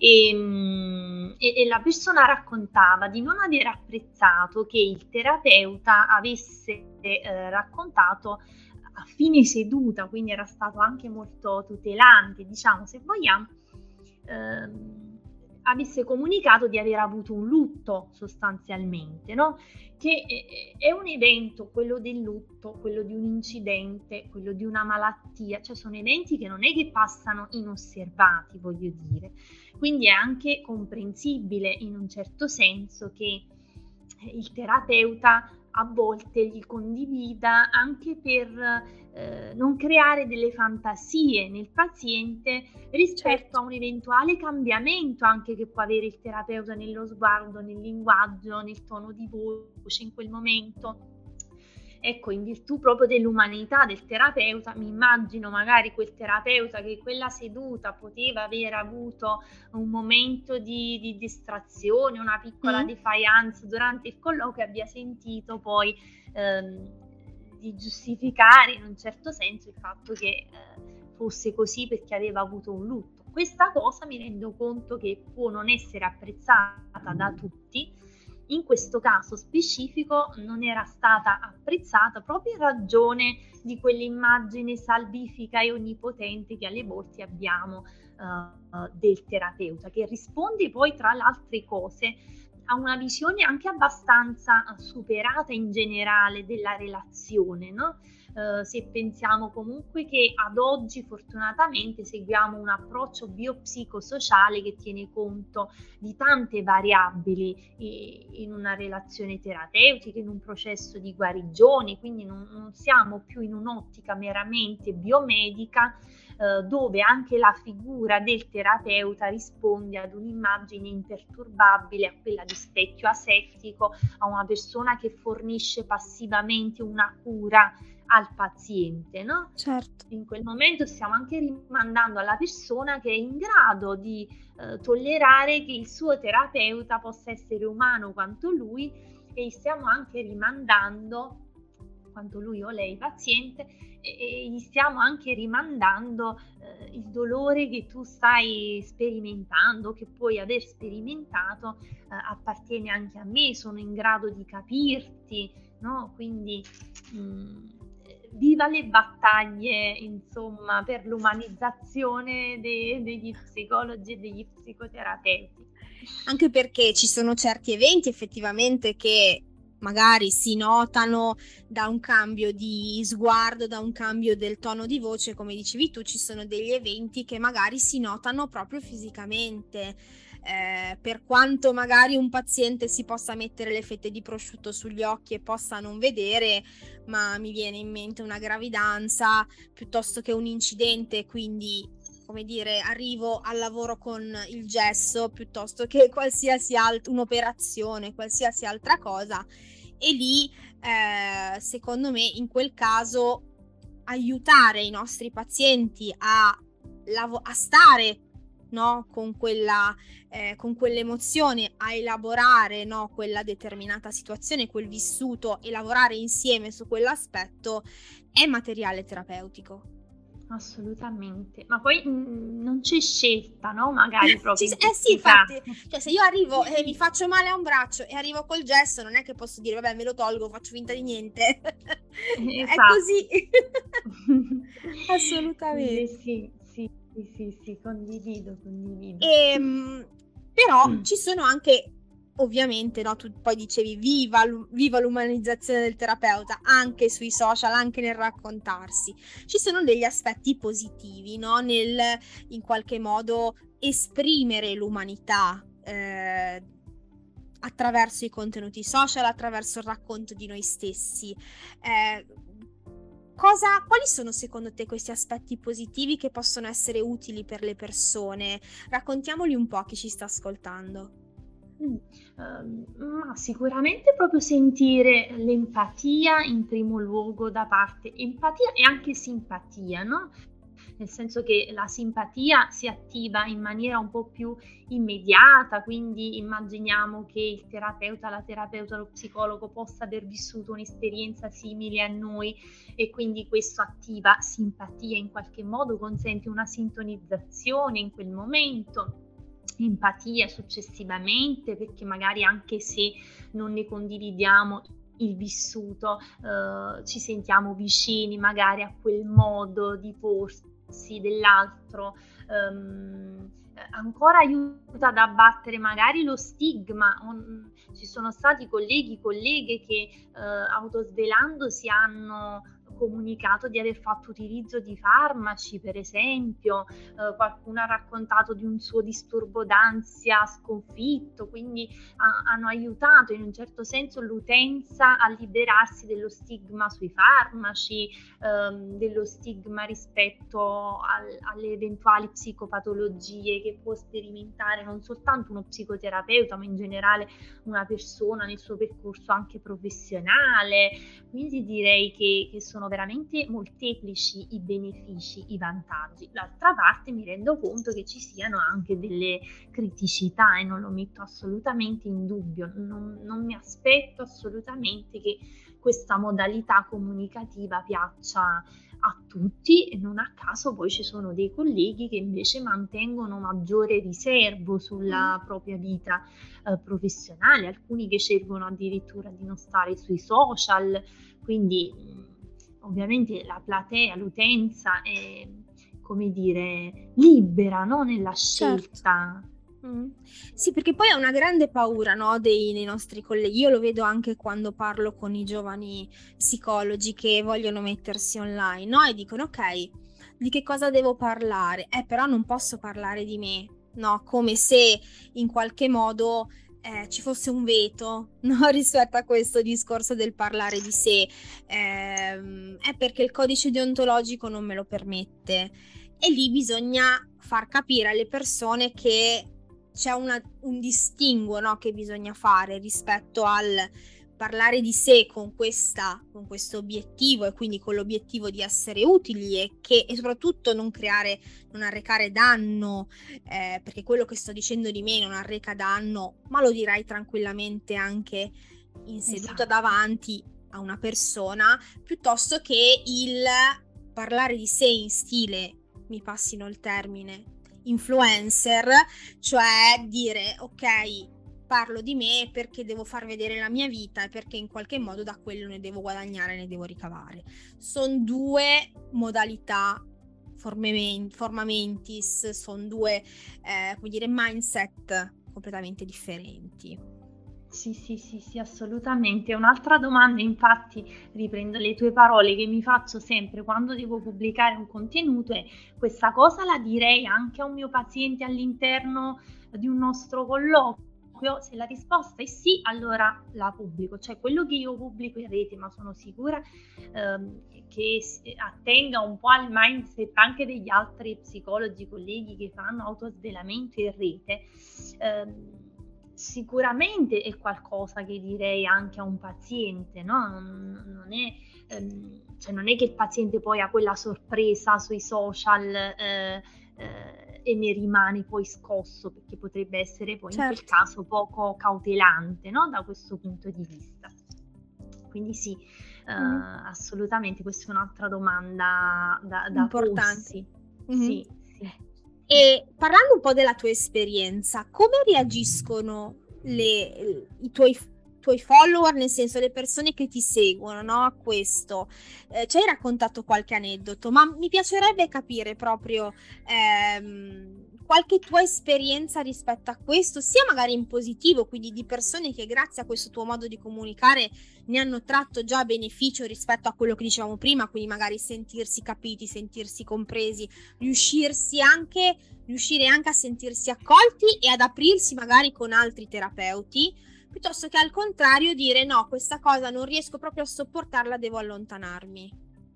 S2: E la persona raccontava di non aver apprezzato che il terapeuta avesse raccontato a fine seduta, quindi era stato anche molto tutelante, diciamo, se vogliamo, avesse comunicato di aver avuto un lutto sostanzialmente, no? Che è un evento, quello del lutto, quello di un incidente, quello di una malattia, cioè sono eventi che non è che passano inosservati, voglio dire. Quindi è anche comprensibile in un certo senso che il terapeuta a volte li condivida anche per non creare delle fantasie nel paziente rispetto
S1: Certo.
S2: a un eventuale cambiamento anche che può avere il terapeuta nello sguardo, nel linguaggio, nel tono di voce in quel momento. Ecco, in virtù proprio dell'umanità del terapeuta, mi immagino magari quel terapeuta che in quella seduta poteva aver avuto un momento di distrazione, una piccola
S1: Mh.
S2: defiance durante il colloquio, abbia sentito poi di giustificare in un certo senso il fatto che fosse così perché aveva avuto un lutto. Questa cosa mi rendo conto che può non essere apprezzata da tutti. In questo caso specifico non era stata apprezzata proprio in ragione di quell'immagine salvifica e onnipotente che alle volte abbiamo del terapeuta, che risponde poi tra le altre cose a una visione anche abbastanza superata in generale della relazione, no? Se pensiamo comunque che ad oggi fortunatamente seguiamo un approccio biopsicosociale che tiene conto di tante variabili in una relazione terapeutica, in un processo di guarigione, quindi non siamo più in un'ottica meramente biomedica, dove anche la figura del terapeuta risponde ad un'immagine imperturbabile, a quella di specchio asettico, a una persona che fornisce passivamente una cura al paziente, no?
S1: Certo.
S2: In quel momento stiamo anche rimandando alla persona che è in grado di tollerare che il suo terapeuta possa essere umano quanto lui, e stiamo anche rimandando, quanto lui o lei paziente, e gli stiamo anche rimandando il dolore che tu stai sperimentando, che puoi aver sperimentato, appartiene anche a me, sono in grado di capirti, no? Quindi viva le battaglie, insomma, per l'umanizzazione degli psicologi e degli psicoterapeuti.
S1: Anche perché ci sono certi eventi effettivamente che magari si notano da un cambio di sguardo, da un cambio del tono di voce, come dicevi tu, ci sono degli eventi che magari si notano proprio fisicamente. Per quanto magari un paziente si possa mettere le fette di prosciutto sugli occhi e possa non vedere, ma mi viene in mente una gravidanza piuttosto che un incidente, quindi come dire, arrivo al lavoro con il gesso piuttosto che qualsiasi un'operazione, qualsiasi altra cosa, e lì secondo me in quel caso aiutare i nostri pazienti a stare, no, con quell'emozione, a elaborare, no, quella determinata situazione, quel vissuto, e lavorare insieme su quell'aspetto è materiale terapeutico.
S2: Assolutamente, ma poi non c'è scelta, no? Magari proprio in
S1: Sì,
S2: questi
S1: infatti,
S2: casi.
S1: cioè se io arrivo e mi faccio male a un braccio e arrivo col gesso, non è che posso dire vabbè me lo tolgo, faccio finta di niente. È
S2: Esatto.
S1: così. Assolutamente.
S2: Sì, condivido.
S1: Però ci sono anche, ovviamente, no, tu poi dicevi viva l'umanizzazione del terapeuta anche sui social, anche nel raccontarsi. Ci sono degli aspetti positivi, no, nel in qualche modo esprimere l'umanità attraverso i contenuti social, attraverso il racconto di noi stessi. Quali sono secondo te questi aspetti positivi che possono essere utili per le persone? Raccontiamoli un po' a chi ci sta ascoltando.
S2: Ma sicuramente proprio sentire l'empatia in primo luogo da parte, empatia e anche simpatia, no? Nel senso che la simpatia si attiva in maniera un po' più immediata, quindi immaginiamo che il terapeuta, la terapeuta, lo psicologo possa aver vissuto un'esperienza simile a noi, e quindi questo attiva simpatia, in qualche modo consente una sintonizzazione in quel momento. Empatia successivamente, perché magari anche se non ne condividiamo il vissuto, ci sentiamo vicini magari a quel modo di porsi dell'altro. Ancora aiuta ad abbattere magari lo stigma. Ci sono stati colleghi, colleghe che autosvelandosi hanno comunicato di aver fatto utilizzo di farmaci, per esempio, qualcuno ha raccontato di un suo disturbo d'ansia sconfitto, quindi hanno aiutato in un certo senso l'utenza a liberarsi dello stigma sui farmaci, dello stigma rispetto alle eventuali psicopatologie che può sperimentare non soltanto uno psicoterapeuta, ma in generale una persona nel suo percorso anche professionale. Quindi direi che sono veramente molteplici i benefici, i vantaggi. D'altra parte mi rendo conto che ci siano anche delle criticità e non lo metto assolutamente in dubbio, non mi aspetto assolutamente che questa modalità comunicativa piaccia a tutti, e non a caso poi ci sono dei colleghi che invece mantengono maggiore riservo sulla propria vita professionale, alcuni che scelgono addirittura di non stare sui social, quindi ovviamente la platea, l'utenza è, come dire, libera, no? Nella scelta.
S1: Certo. Sì, perché poi è una grande paura, no, dei nostri colleghi. Io lo vedo anche quando parlo con i giovani psicologi che vogliono mettersi online, no? E dicono, ok, di che cosa devo parlare? Però non posso parlare di me, no? Come se in qualche modo ci fosse un veto, no? Rispetto a questo discorso del parlare di sé. È perché il codice deontologico non me lo permette. E lì bisogna far capire alle persone che c'è un distinguo, no, che bisogna fare rispetto al parlare di sé con questo obiettivo, e quindi con l'obiettivo di essere utili e soprattutto non arrecare danno, perché quello che sto dicendo di me non arreca danno, ma lo direi tranquillamente anche in seduta davanti a una persona, piuttosto che il parlare di sé in stile, mi passino il termine, influencer, cioè dire ok, parlo di me perché devo far vedere la mia vita e perché in qualche modo da quello ne devo guadagnare, ne devo ricavare. Sono due modalità, forma mentis, sono due come dire, mindset completamente differenti.
S2: Sì, assolutamente. Un'altra domanda, infatti, riprendo le tue parole che mi faccio sempre quando devo pubblicare un contenuto, è: questa cosa la direi anche a un mio paziente all'interno di un nostro colloquio? Se la risposta è sì, allora la pubblico. Cioè, quello che io pubblico in rete, ma sono sicura che attenga un po' al mindset anche degli altri psicologi, colleghi che fanno autosvelamento in rete, sicuramente è qualcosa che direi anche a un paziente, no? Non è che il paziente poi ha quella sorpresa sui social e ne rimane poi scosso, perché potrebbe essere poi in quel caso poco cautelante, no? Da questo punto di vista. Quindi sì, assolutamente, questa è un'altra domanda da porsi. Sì.
S1: E parlando un po' della tua esperienza, come reagiscono i tuoi follower, nel senso le persone che ti seguono, no, a questo? Ci hai raccontato qualche aneddoto, ma mi piacerebbe capire proprio qualche tua esperienza rispetto a questo, sia magari in positivo, quindi di persone che grazie a questo tuo modo di comunicare ne hanno tratto già beneficio rispetto a quello che dicevamo prima, quindi magari sentirsi capiti, sentirsi compresi, riuscire anche a sentirsi accolti e ad aprirsi magari con altri terapeuti, piuttosto che al contrario dire no, questa cosa non riesco proprio a sopportarla, devo allontanarmi.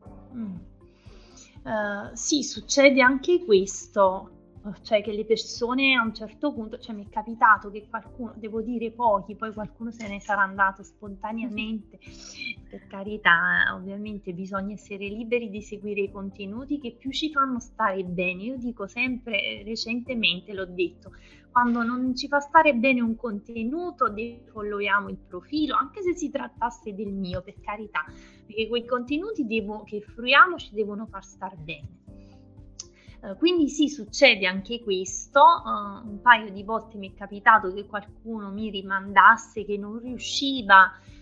S2: Sì, succede anche questo. Cioè che le persone a un certo punto, cioè mi è capitato che qualcuno, devo dire pochi, poi qualcuno se ne sarà andato spontaneamente, per carità, ovviamente bisogna essere liberi di seguire i contenuti che più ci fanno stare bene. Io dico sempre, recentemente l'ho detto, quando non ci fa stare bene un contenuto defollowiamo il profilo, anche se si trattasse del mio, per carità, perché quei contenuti che fruiamo ci devono far star bene. Quindi sì, succede anche questo. Un paio di volte mi è capitato che qualcuno mi rimandasse che non riusciva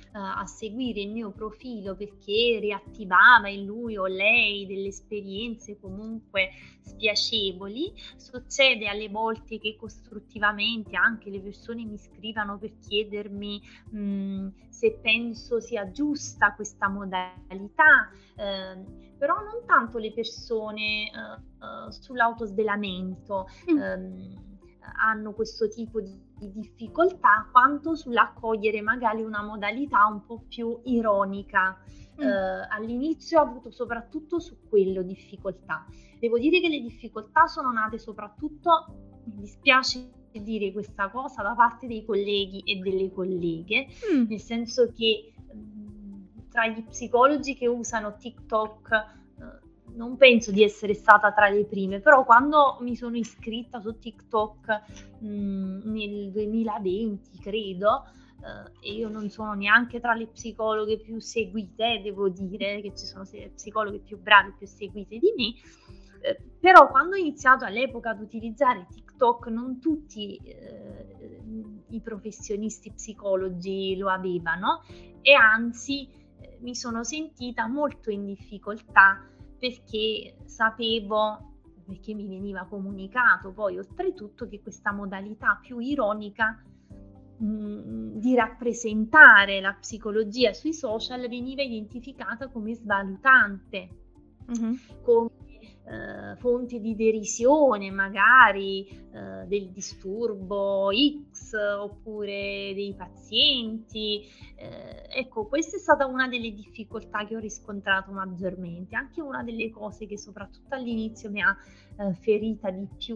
S2: a seguire il mio profilo perché riattivava in lui o lei delle esperienze comunque spiacevoli. Succede alle volte che costruttivamente anche le persone mi scrivano per chiedermi se penso sia giusta questa modalità, però non tanto le persone sull'autosvelamento hanno questo tipo di difficoltà, quanto sull'accogliere magari una modalità un po' più ironica. All'inizio ho avuto soprattutto su quello difficoltà. Devo dire che le difficoltà sono nate soprattutto, mi dispiace dire questa cosa, da parte dei colleghi e delle colleghe, nel senso che tra gli psicologi che usano TikTok non penso di essere stata tra le prime, però quando mi sono iscritta su TikTok nel 2020, credo, e io non sono neanche tra le psicologhe più seguite, devo dire che ci sono psicologhe più brave, più seguite di me, però quando ho iniziato all'epoca ad utilizzare TikTok non tutti i professionisti psicologi lo avevano, e anzi mi sono sentita molto in difficoltà perché sapevo, perché mi veniva comunicato poi oltretutto, che questa modalità più ironica di rappresentare la psicologia sui social veniva identificata come svalutante, come fonte di derisione magari del disturbo X oppure dei pazienti. Ecco, questa è stata una delle difficoltà che ho riscontrato maggiormente, anche una delle cose che soprattutto all'inizio mi ha ferita di più,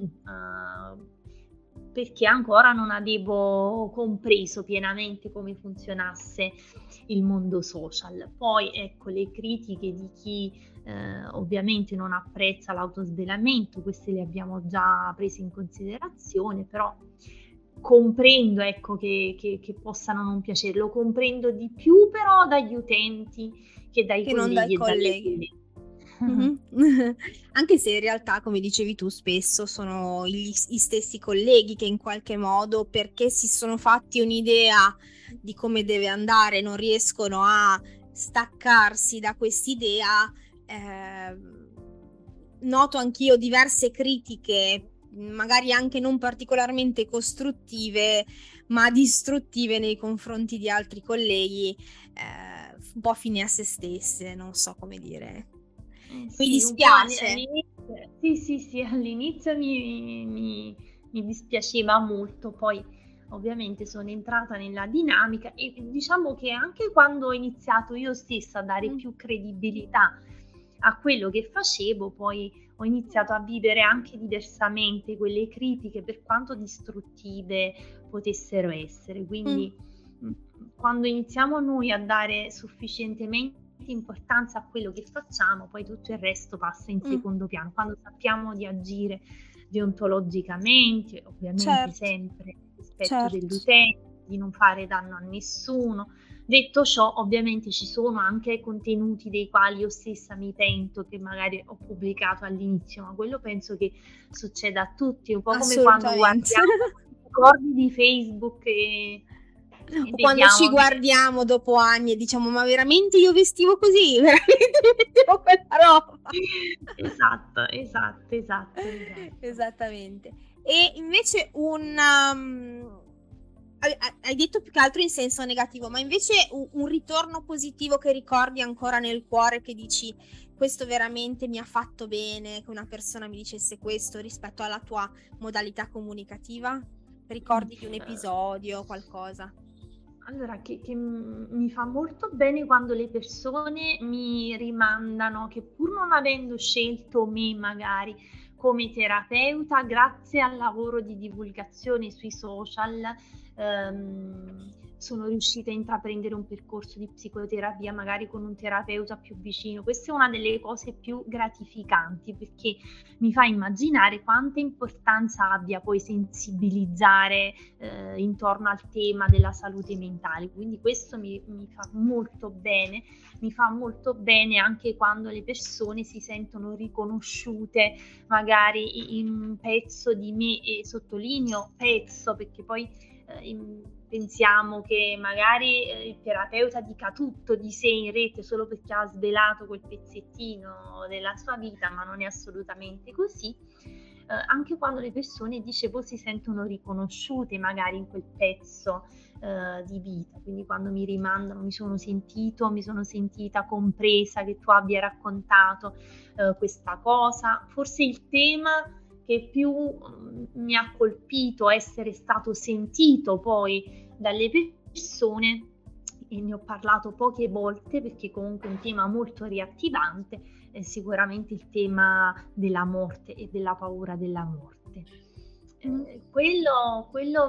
S2: perché ancora non avevo compreso pienamente come funzionasse il mondo social. Poi ecco, le critiche di chi ovviamente non apprezza l'autosvelamento, queste le abbiamo già prese in considerazione, però comprendo, ecco, che possano non piacere, lo comprendo di più però dagli utenti che dai
S1: Che non dai
S2: colleghi e dalle
S1: colleghi.
S2: colleghe.
S1: Anche se in realtà, come dicevi tu, spesso sono gli stessi colleghi che in qualche modo, perché si sono fatti un'idea di come deve andare, non riescono a staccarsi da quest'idea. Noto anch'io diverse critiche, magari anche non particolarmente costruttive, ma distruttive nei confronti di altri colleghi, un po' fini a se stesse, non so come dire. Mi dispiace.
S2: Sì, all'inizio mi dispiaceva molto, poi ovviamente sono entrata nella dinamica e diciamo che anche quando ho iniziato io stessa a dare più credibilità a quello che facevo, poi ho iniziato a vivere anche diversamente quelle critiche, per quanto distruttive potessero essere. Quindi quando iniziamo noi a dare sufficientemente importanza a quello che facciamo, poi tutto il resto passa in secondo piano. Quando sappiamo di agire deontologicamente, ovviamente sempre rispetto dell'utente, di non fare danno a nessuno. Detto ciò, ovviamente ci sono anche contenuti dei quali io stessa mi pento che magari ho pubblicato all'inizio, ma quello penso che succeda a tutti, un po' come quando guardiamo i ricordi di Facebook e
S1: quando ci guardiamo dopo anni e diciamo: ma veramente io vestivo così? Veramente mettevo quella roba?
S2: Esatto.
S1: Esattamente. E invece hai detto più che altro in senso negativo, ma invece un ritorno positivo che ricordi ancora nel cuore, che dici: questo veramente mi ha fatto bene, che una persona mi dicesse questo rispetto alla tua modalità comunicativa? Ricordi di un episodio, qualcosa?
S2: Allora, che mi fa molto bene quando le persone mi rimandano che, pur non avendo scelto me magari come terapeuta, grazie al lavoro di divulgazione sui social sono riuscita a intraprendere un percorso di psicoterapia magari con un terapeuta più vicino. Questa è una delle cose più gratificanti, perché mi fa immaginare quanta importanza abbia poi sensibilizzare intorno al tema della salute mentale. Quindi questo mi fa molto bene. Mi fa molto bene anche quando le persone si sentono riconosciute magari in un pezzo di me, e sottolineo pezzo perché poi pensiamo che magari il terapeuta dica tutto di sé in rete solo perché ha svelato quel pezzettino della sua vita, ma non è assolutamente così. Anche quando le persone, dicevo, si sentono riconosciute magari in quel pezzo di vita, quindi quando mi rimandano mi sono sentita compresa, che tu abbia raccontato questa cosa. Forse il tema che più mi ha colpito essere stato sentito poi dalle persone, e ne ho parlato poche volte perché comunque è un tema molto riattivante, è sicuramente il tema della morte e della paura della morte. Quello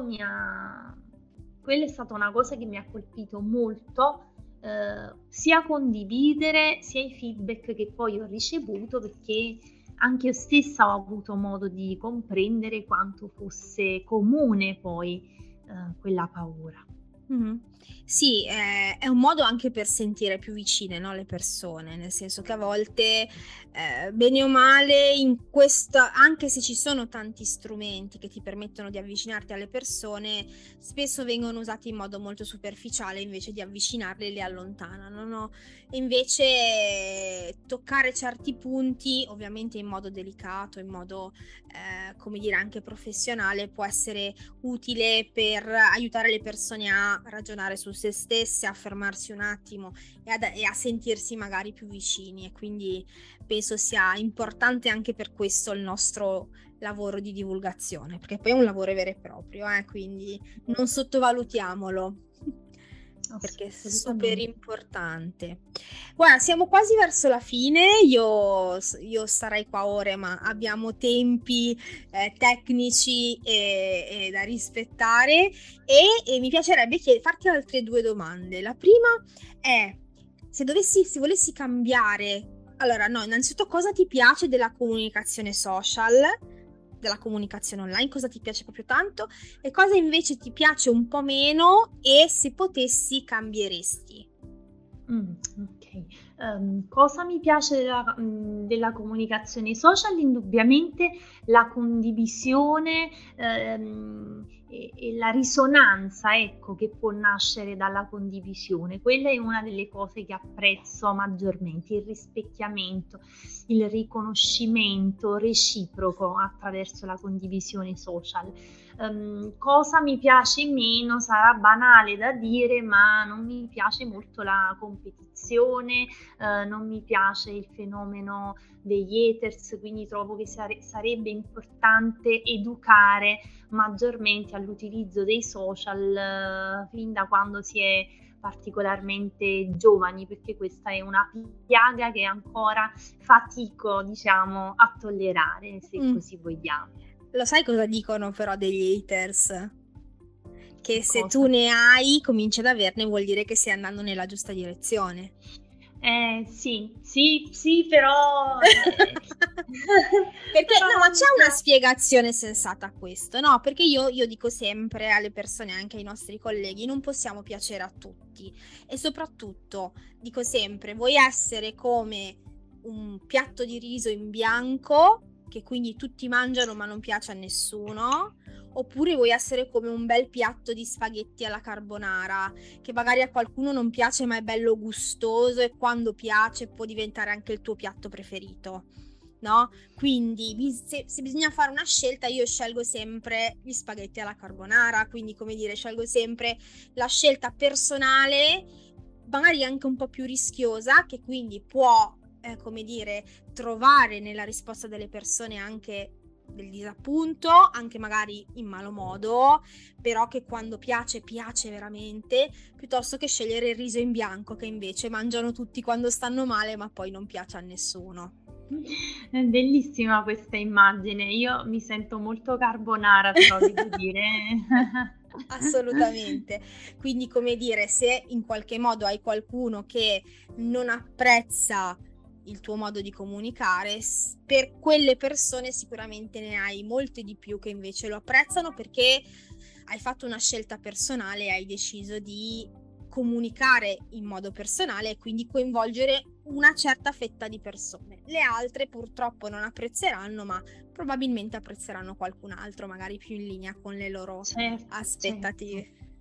S2: è stata una cosa che mi ha colpito molto, sia condividere sia i feedback che poi ho ricevuto, perché anche io stessa ho avuto modo di comprendere quanto fosse comune poi quella paura.
S1: Mm-hmm. Sì, è un modo anche per sentire più vicine, no, le persone, nel senso che a volte, bene o male, in questa, anche se ci sono tanti strumenti che ti permettono di avvicinarti alle persone, spesso vengono usati in modo molto superficiale, invece di avvicinarle li allontanano, no? E invece toccare certi punti, ovviamente in modo delicato, in modo, come dire, anche professionale, può essere utile per aiutare le persone a ragionare su se stesse, a fermarsi un attimo e a sentirsi magari più vicini, e quindi penso sia importante anche per questo il nostro lavoro di divulgazione, perché poi è un lavoro vero e proprio, quindi non sottovalutiamolo, perché è super importante. Guarda, siamo quasi verso la fine, io starei qua ore, ma abbiamo tempi tecnici e da rispettare, e mi piacerebbe farti altre due domande. La prima è, se volessi cambiare, allora no, innanzitutto cosa ti piace della comunicazione social, della comunicazione online, cosa ti piace proprio tanto e cosa invece ti piace un po' meno, e se potessi cambieresti?
S2: Ok. Cosa mi piace della comunicazione social? Indubbiamente la condivisione e la risonanza, ecco, che può nascere dalla condivisione. Quella è una delle cose che apprezzo maggiormente, il rispecchiamento, il riconoscimento reciproco attraverso la condivisione social. Cosa mi piace meno? Sarà banale da dire, ma non mi piace molto la competizione, non mi piace il fenomeno degli haters, quindi trovo che sarebbe importante educare maggiormente all'utilizzo dei social fin da quando si è particolarmente giovani, perché questa è una piaga che ancora fatico, diciamo, a tollerare, se così vogliamo.
S1: Lo sai cosa dicono però degli haters? Che se tu ne hai, cominci ad averne, vuol dire che stai andando nella giusta direzione.
S2: Sì, però...
S1: Perché no, ma c'è una spiegazione sensata a questo, no? Perché io dico sempre alle persone, anche ai nostri colleghi, non possiamo piacere a tutti, e soprattutto dico sempre, vuoi essere come un piatto di riso in bianco, che quindi tutti mangiano ma non piace a nessuno, oppure vuoi essere come un bel piatto di spaghetti alla carbonara, che magari a qualcuno non piace ma è bello gustoso, e quando piace può diventare anche il tuo piatto preferito, no? Quindi se bisogna fare una scelta, io scelgo sempre gli spaghetti alla carbonara, quindi, come dire, scelgo sempre la scelta personale, magari anche un po' più rischiosa, che quindi può, come dire, trovare nella risposta delle persone anche del disappunto, anche magari in malo modo, però che quando piace veramente, piuttosto che scegliere il riso in bianco, che invece mangiano tutti quando stanno male ma poi non piace a nessuno.
S2: È bellissima questa immagine, io mi sento molto carbonara, però devo dire.
S1: Assolutamente. Quindi, come dire, se in qualche modo hai qualcuno che non apprezza il tuo modo di comunicare, per quelle persone sicuramente ne hai molte di più che invece lo apprezzano, perché hai fatto una scelta personale e hai deciso di comunicare in modo personale e quindi coinvolgere una certa fetta di persone. Le altre purtroppo non apprezzeranno, ma probabilmente apprezzeranno qualcun altro, magari più in linea con le loro aspettative. Certo.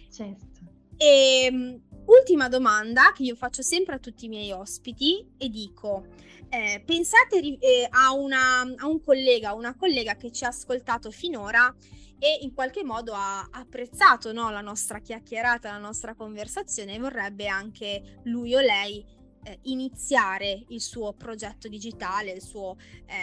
S2: Certo.
S1: E ultima domanda che io faccio sempre a tutti i miei ospiti e dico, pensate a un collega o una collega che ci ha ascoltato finora e in qualche modo ha apprezzato, no, la nostra chiacchierata, la nostra conversazione e vorrebbe anche lui o lei iniziare il suo progetto digitale, il suo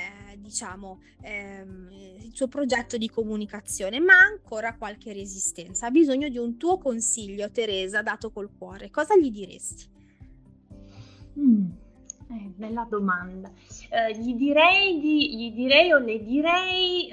S1: il suo progetto di comunicazione, ma ha ancora qualche resistenza, ha bisogno di un tuo consiglio, Teresa, dato col cuore. Cosa gli diresti?
S2: Bella domanda. Gli direi o le direi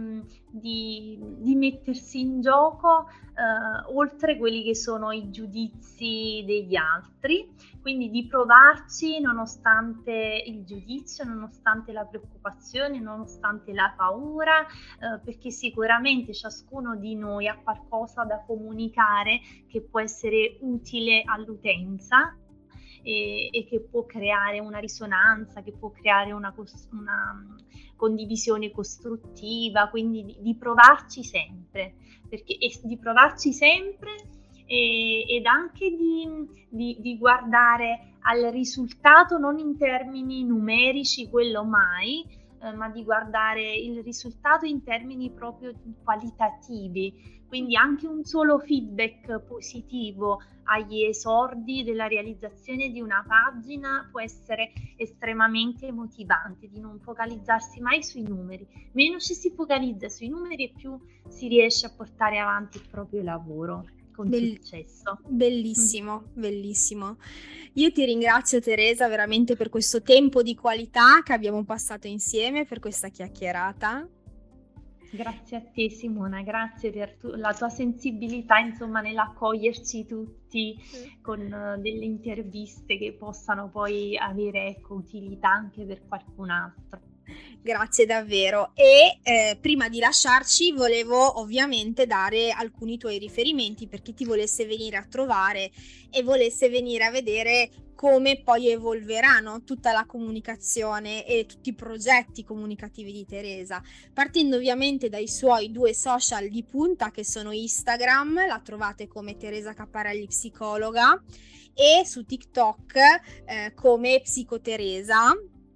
S2: di mettersi in gioco oltre quelli che sono i giudizi degli altri, quindi di provarci nonostante il giudizio, nonostante la preoccupazione, nonostante la paura, perché sicuramente ciascuno di noi ha qualcosa da comunicare che può essere utile all'utenza e che può creare una risonanza, che può creare una condivisione costruttiva, quindi di provarci sempre, di provarci sempre ed anche di guardare al risultato non in termini numerici, quello mai, ma di guardare il risultato in termini proprio qualitativi, quindi anche un solo feedback positivo agli esordi della realizzazione di una pagina può essere estremamente motivante, di non focalizzarsi mai sui numeri. Meno ci si focalizza sui numeri e più si riesce a portare avanti il proprio lavoro con successo.
S1: Bellissimo, bellissimo. Io ti ringrazio, Teresa, veramente per questo tempo di qualità che abbiamo passato insieme, per questa chiacchierata.
S2: Grazie a te, Simona, grazie per la tua sensibilità, insomma, nell'accoglierci tutti con delle interviste che possano poi avere, utilità anche per qualcun altro.
S1: Grazie davvero. E prima di lasciarci volevo ovviamente dare alcuni tuoi riferimenti per chi ti volesse venire a trovare e volesse venire a vedere come poi evolveranno tutta la comunicazione e tutti i progetti comunicativi di Teresa, partendo ovviamente dai suoi 2 social di punta che sono Instagram, la trovate come Teresa Capparelli Psicologa, e su TikTok come Psicoteresa.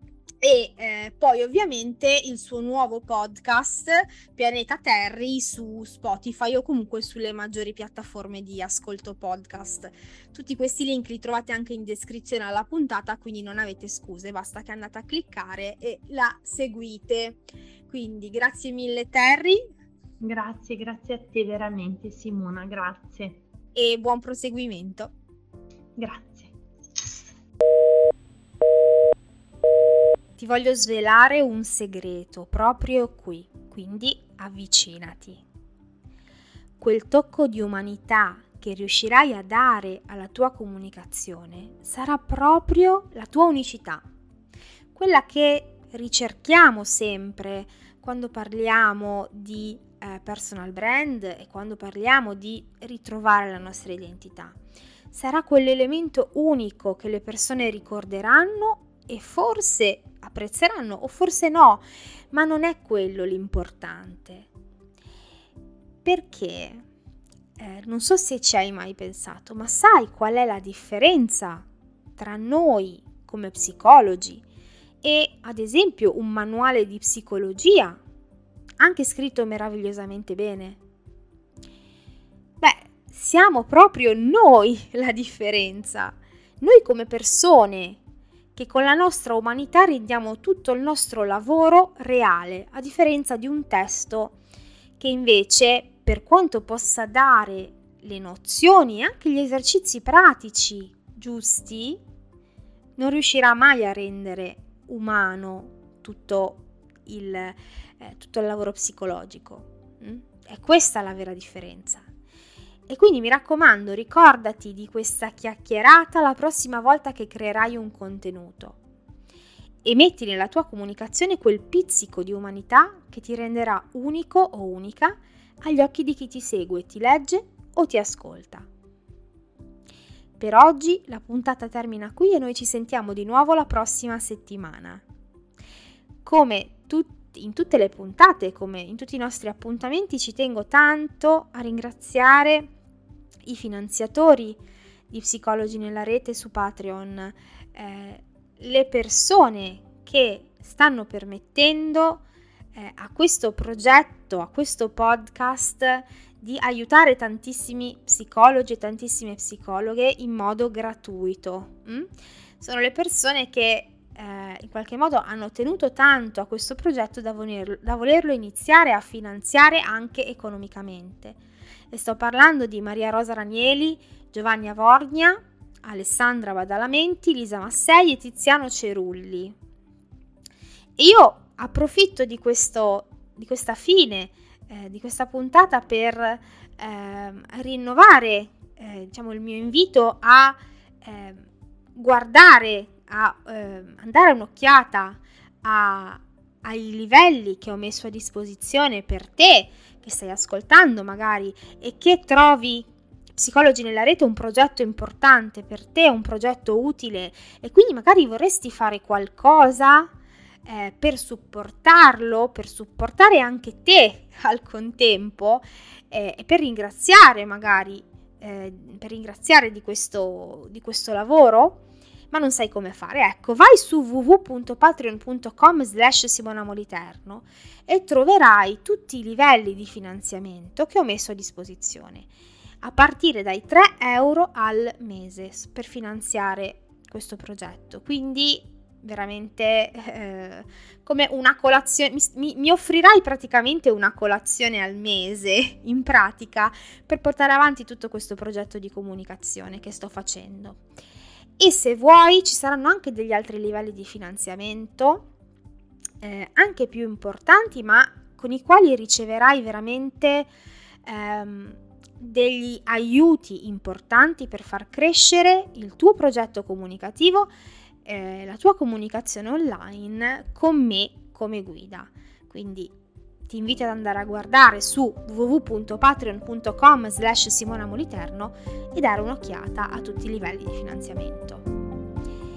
S1: E poi ovviamente il suo nuovo podcast Pianeta Terry su Spotify o comunque sulle maggiori piattaforme di ascolto podcast. Tutti questi link li trovate anche in descrizione alla puntata, quindi non avete scuse, basta che andate a cliccare e la seguite. Quindi grazie mille Terry.
S2: Grazie a te veramente, Simona, grazie.
S1: E buon proseguimento.
S2: Grazie.
S1: Ti voglio svelare un segreto proprio qui, quindi avvicinati. Quel tocco di umanità che riuscirai a dare alla tua comunicazione sarà proprio la tua unicità, quella che ricerchiamo sempre quando parliamo di personal brand e quando parliamo di ritrovare la nostra identità. Sarà quell'elemento unico che le persone ricorderanno e forse apprezzeranno o forse no, ma non è quello l'importante. Perché non so se ci hai mai pensato, ma sai qual è la differenza tra noi come psicologi e ad esempio un manuale di psicologia, anche scritto meravigliosamente bene? Beh, siamo proprio noi la differenza. Noi come persone che con la nostra umanità rendiamo tutto il nostro lavoro reale, a differenza di un testo che invece, per quanto possa dare le nozioni e anche gli esercizi pratici giusti, non riuscirà mai a rendere umano tutto il lavoro psicologico. È questa la vera differenza. E quindi mi raccomando, ricordati di questa chiacchierata la prossima volta che creerai un contenuto e metti nella tua comunicazione quel pizzico di umanità che ti renderà unico o unica agli occhi di chi ti segue, ti legge o ti ascolta. Per oggi la puntata termina qui e noi ci sentiamo di nuovo la prossima settimana. Come in tutte le puntate, come in tutti i nostri appuntamenti, ci tengo tanto a ringraziare i finanziatori di Psicologi nella Rete su Patreon, le persone che stanno permettendo a questo progetto, a questo podcast, di aiutare tantissimi psicologi e tantissime psicologhe in modo gratuito. Sono le persone che in qualche modo hanno tenuto tanto a questo progetto da volerlo iniziare a finanziare anche economicamente. E sto parlando di Maria Rosa Ranieri, Giovanni Avorgna, Alessandra Badalamenti, Lisa Massei e Tiziano Cerulli. E io approfitto di questa fine di questa puntata per rinnovare il mio invito a guardare, a andare un'occhiata ai livelli che ho messo a disposizione per te che stai ascoltando magari e che trovi Psicologi nella Rete un progetto importante per te, un progetto utile, e quindi magari vorresti fare qualcosa per supportarlo, per supportare anche te al contempo, e per ringraziare magari di questo lavoro, ma non sai come fare. Ecco, vai su www.patreon.com/Simona Moliterno e troverai tutti i livelli di finanziamento che ho messo a disposizione, a partire dai 3 euro al mese per finanziare questo progetto. Quindi veramente come una colazione, mi offrirai praticamente una colazione al mese in pratica per portare avanti tutto questo progetto di comunicazione che sto facendo. E se vuoi ci saranno anche degli altri livelli di finanziamento anche più importanti, ma con i quali riceverai veramente degli aiuti importanti per far crescere il tuo progetto comunicativo, la tua comunicazione online con me come guida. Quindi ti invito ad andare a guardare su www.patreon.com/Simona Moliterno e dare un'occhiata a tutti i livelli di finanziamento.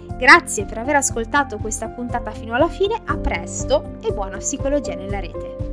S1: Grazie per aver ascoltato questa puntata fino alla fine, a presto e buona psicologia nella rete.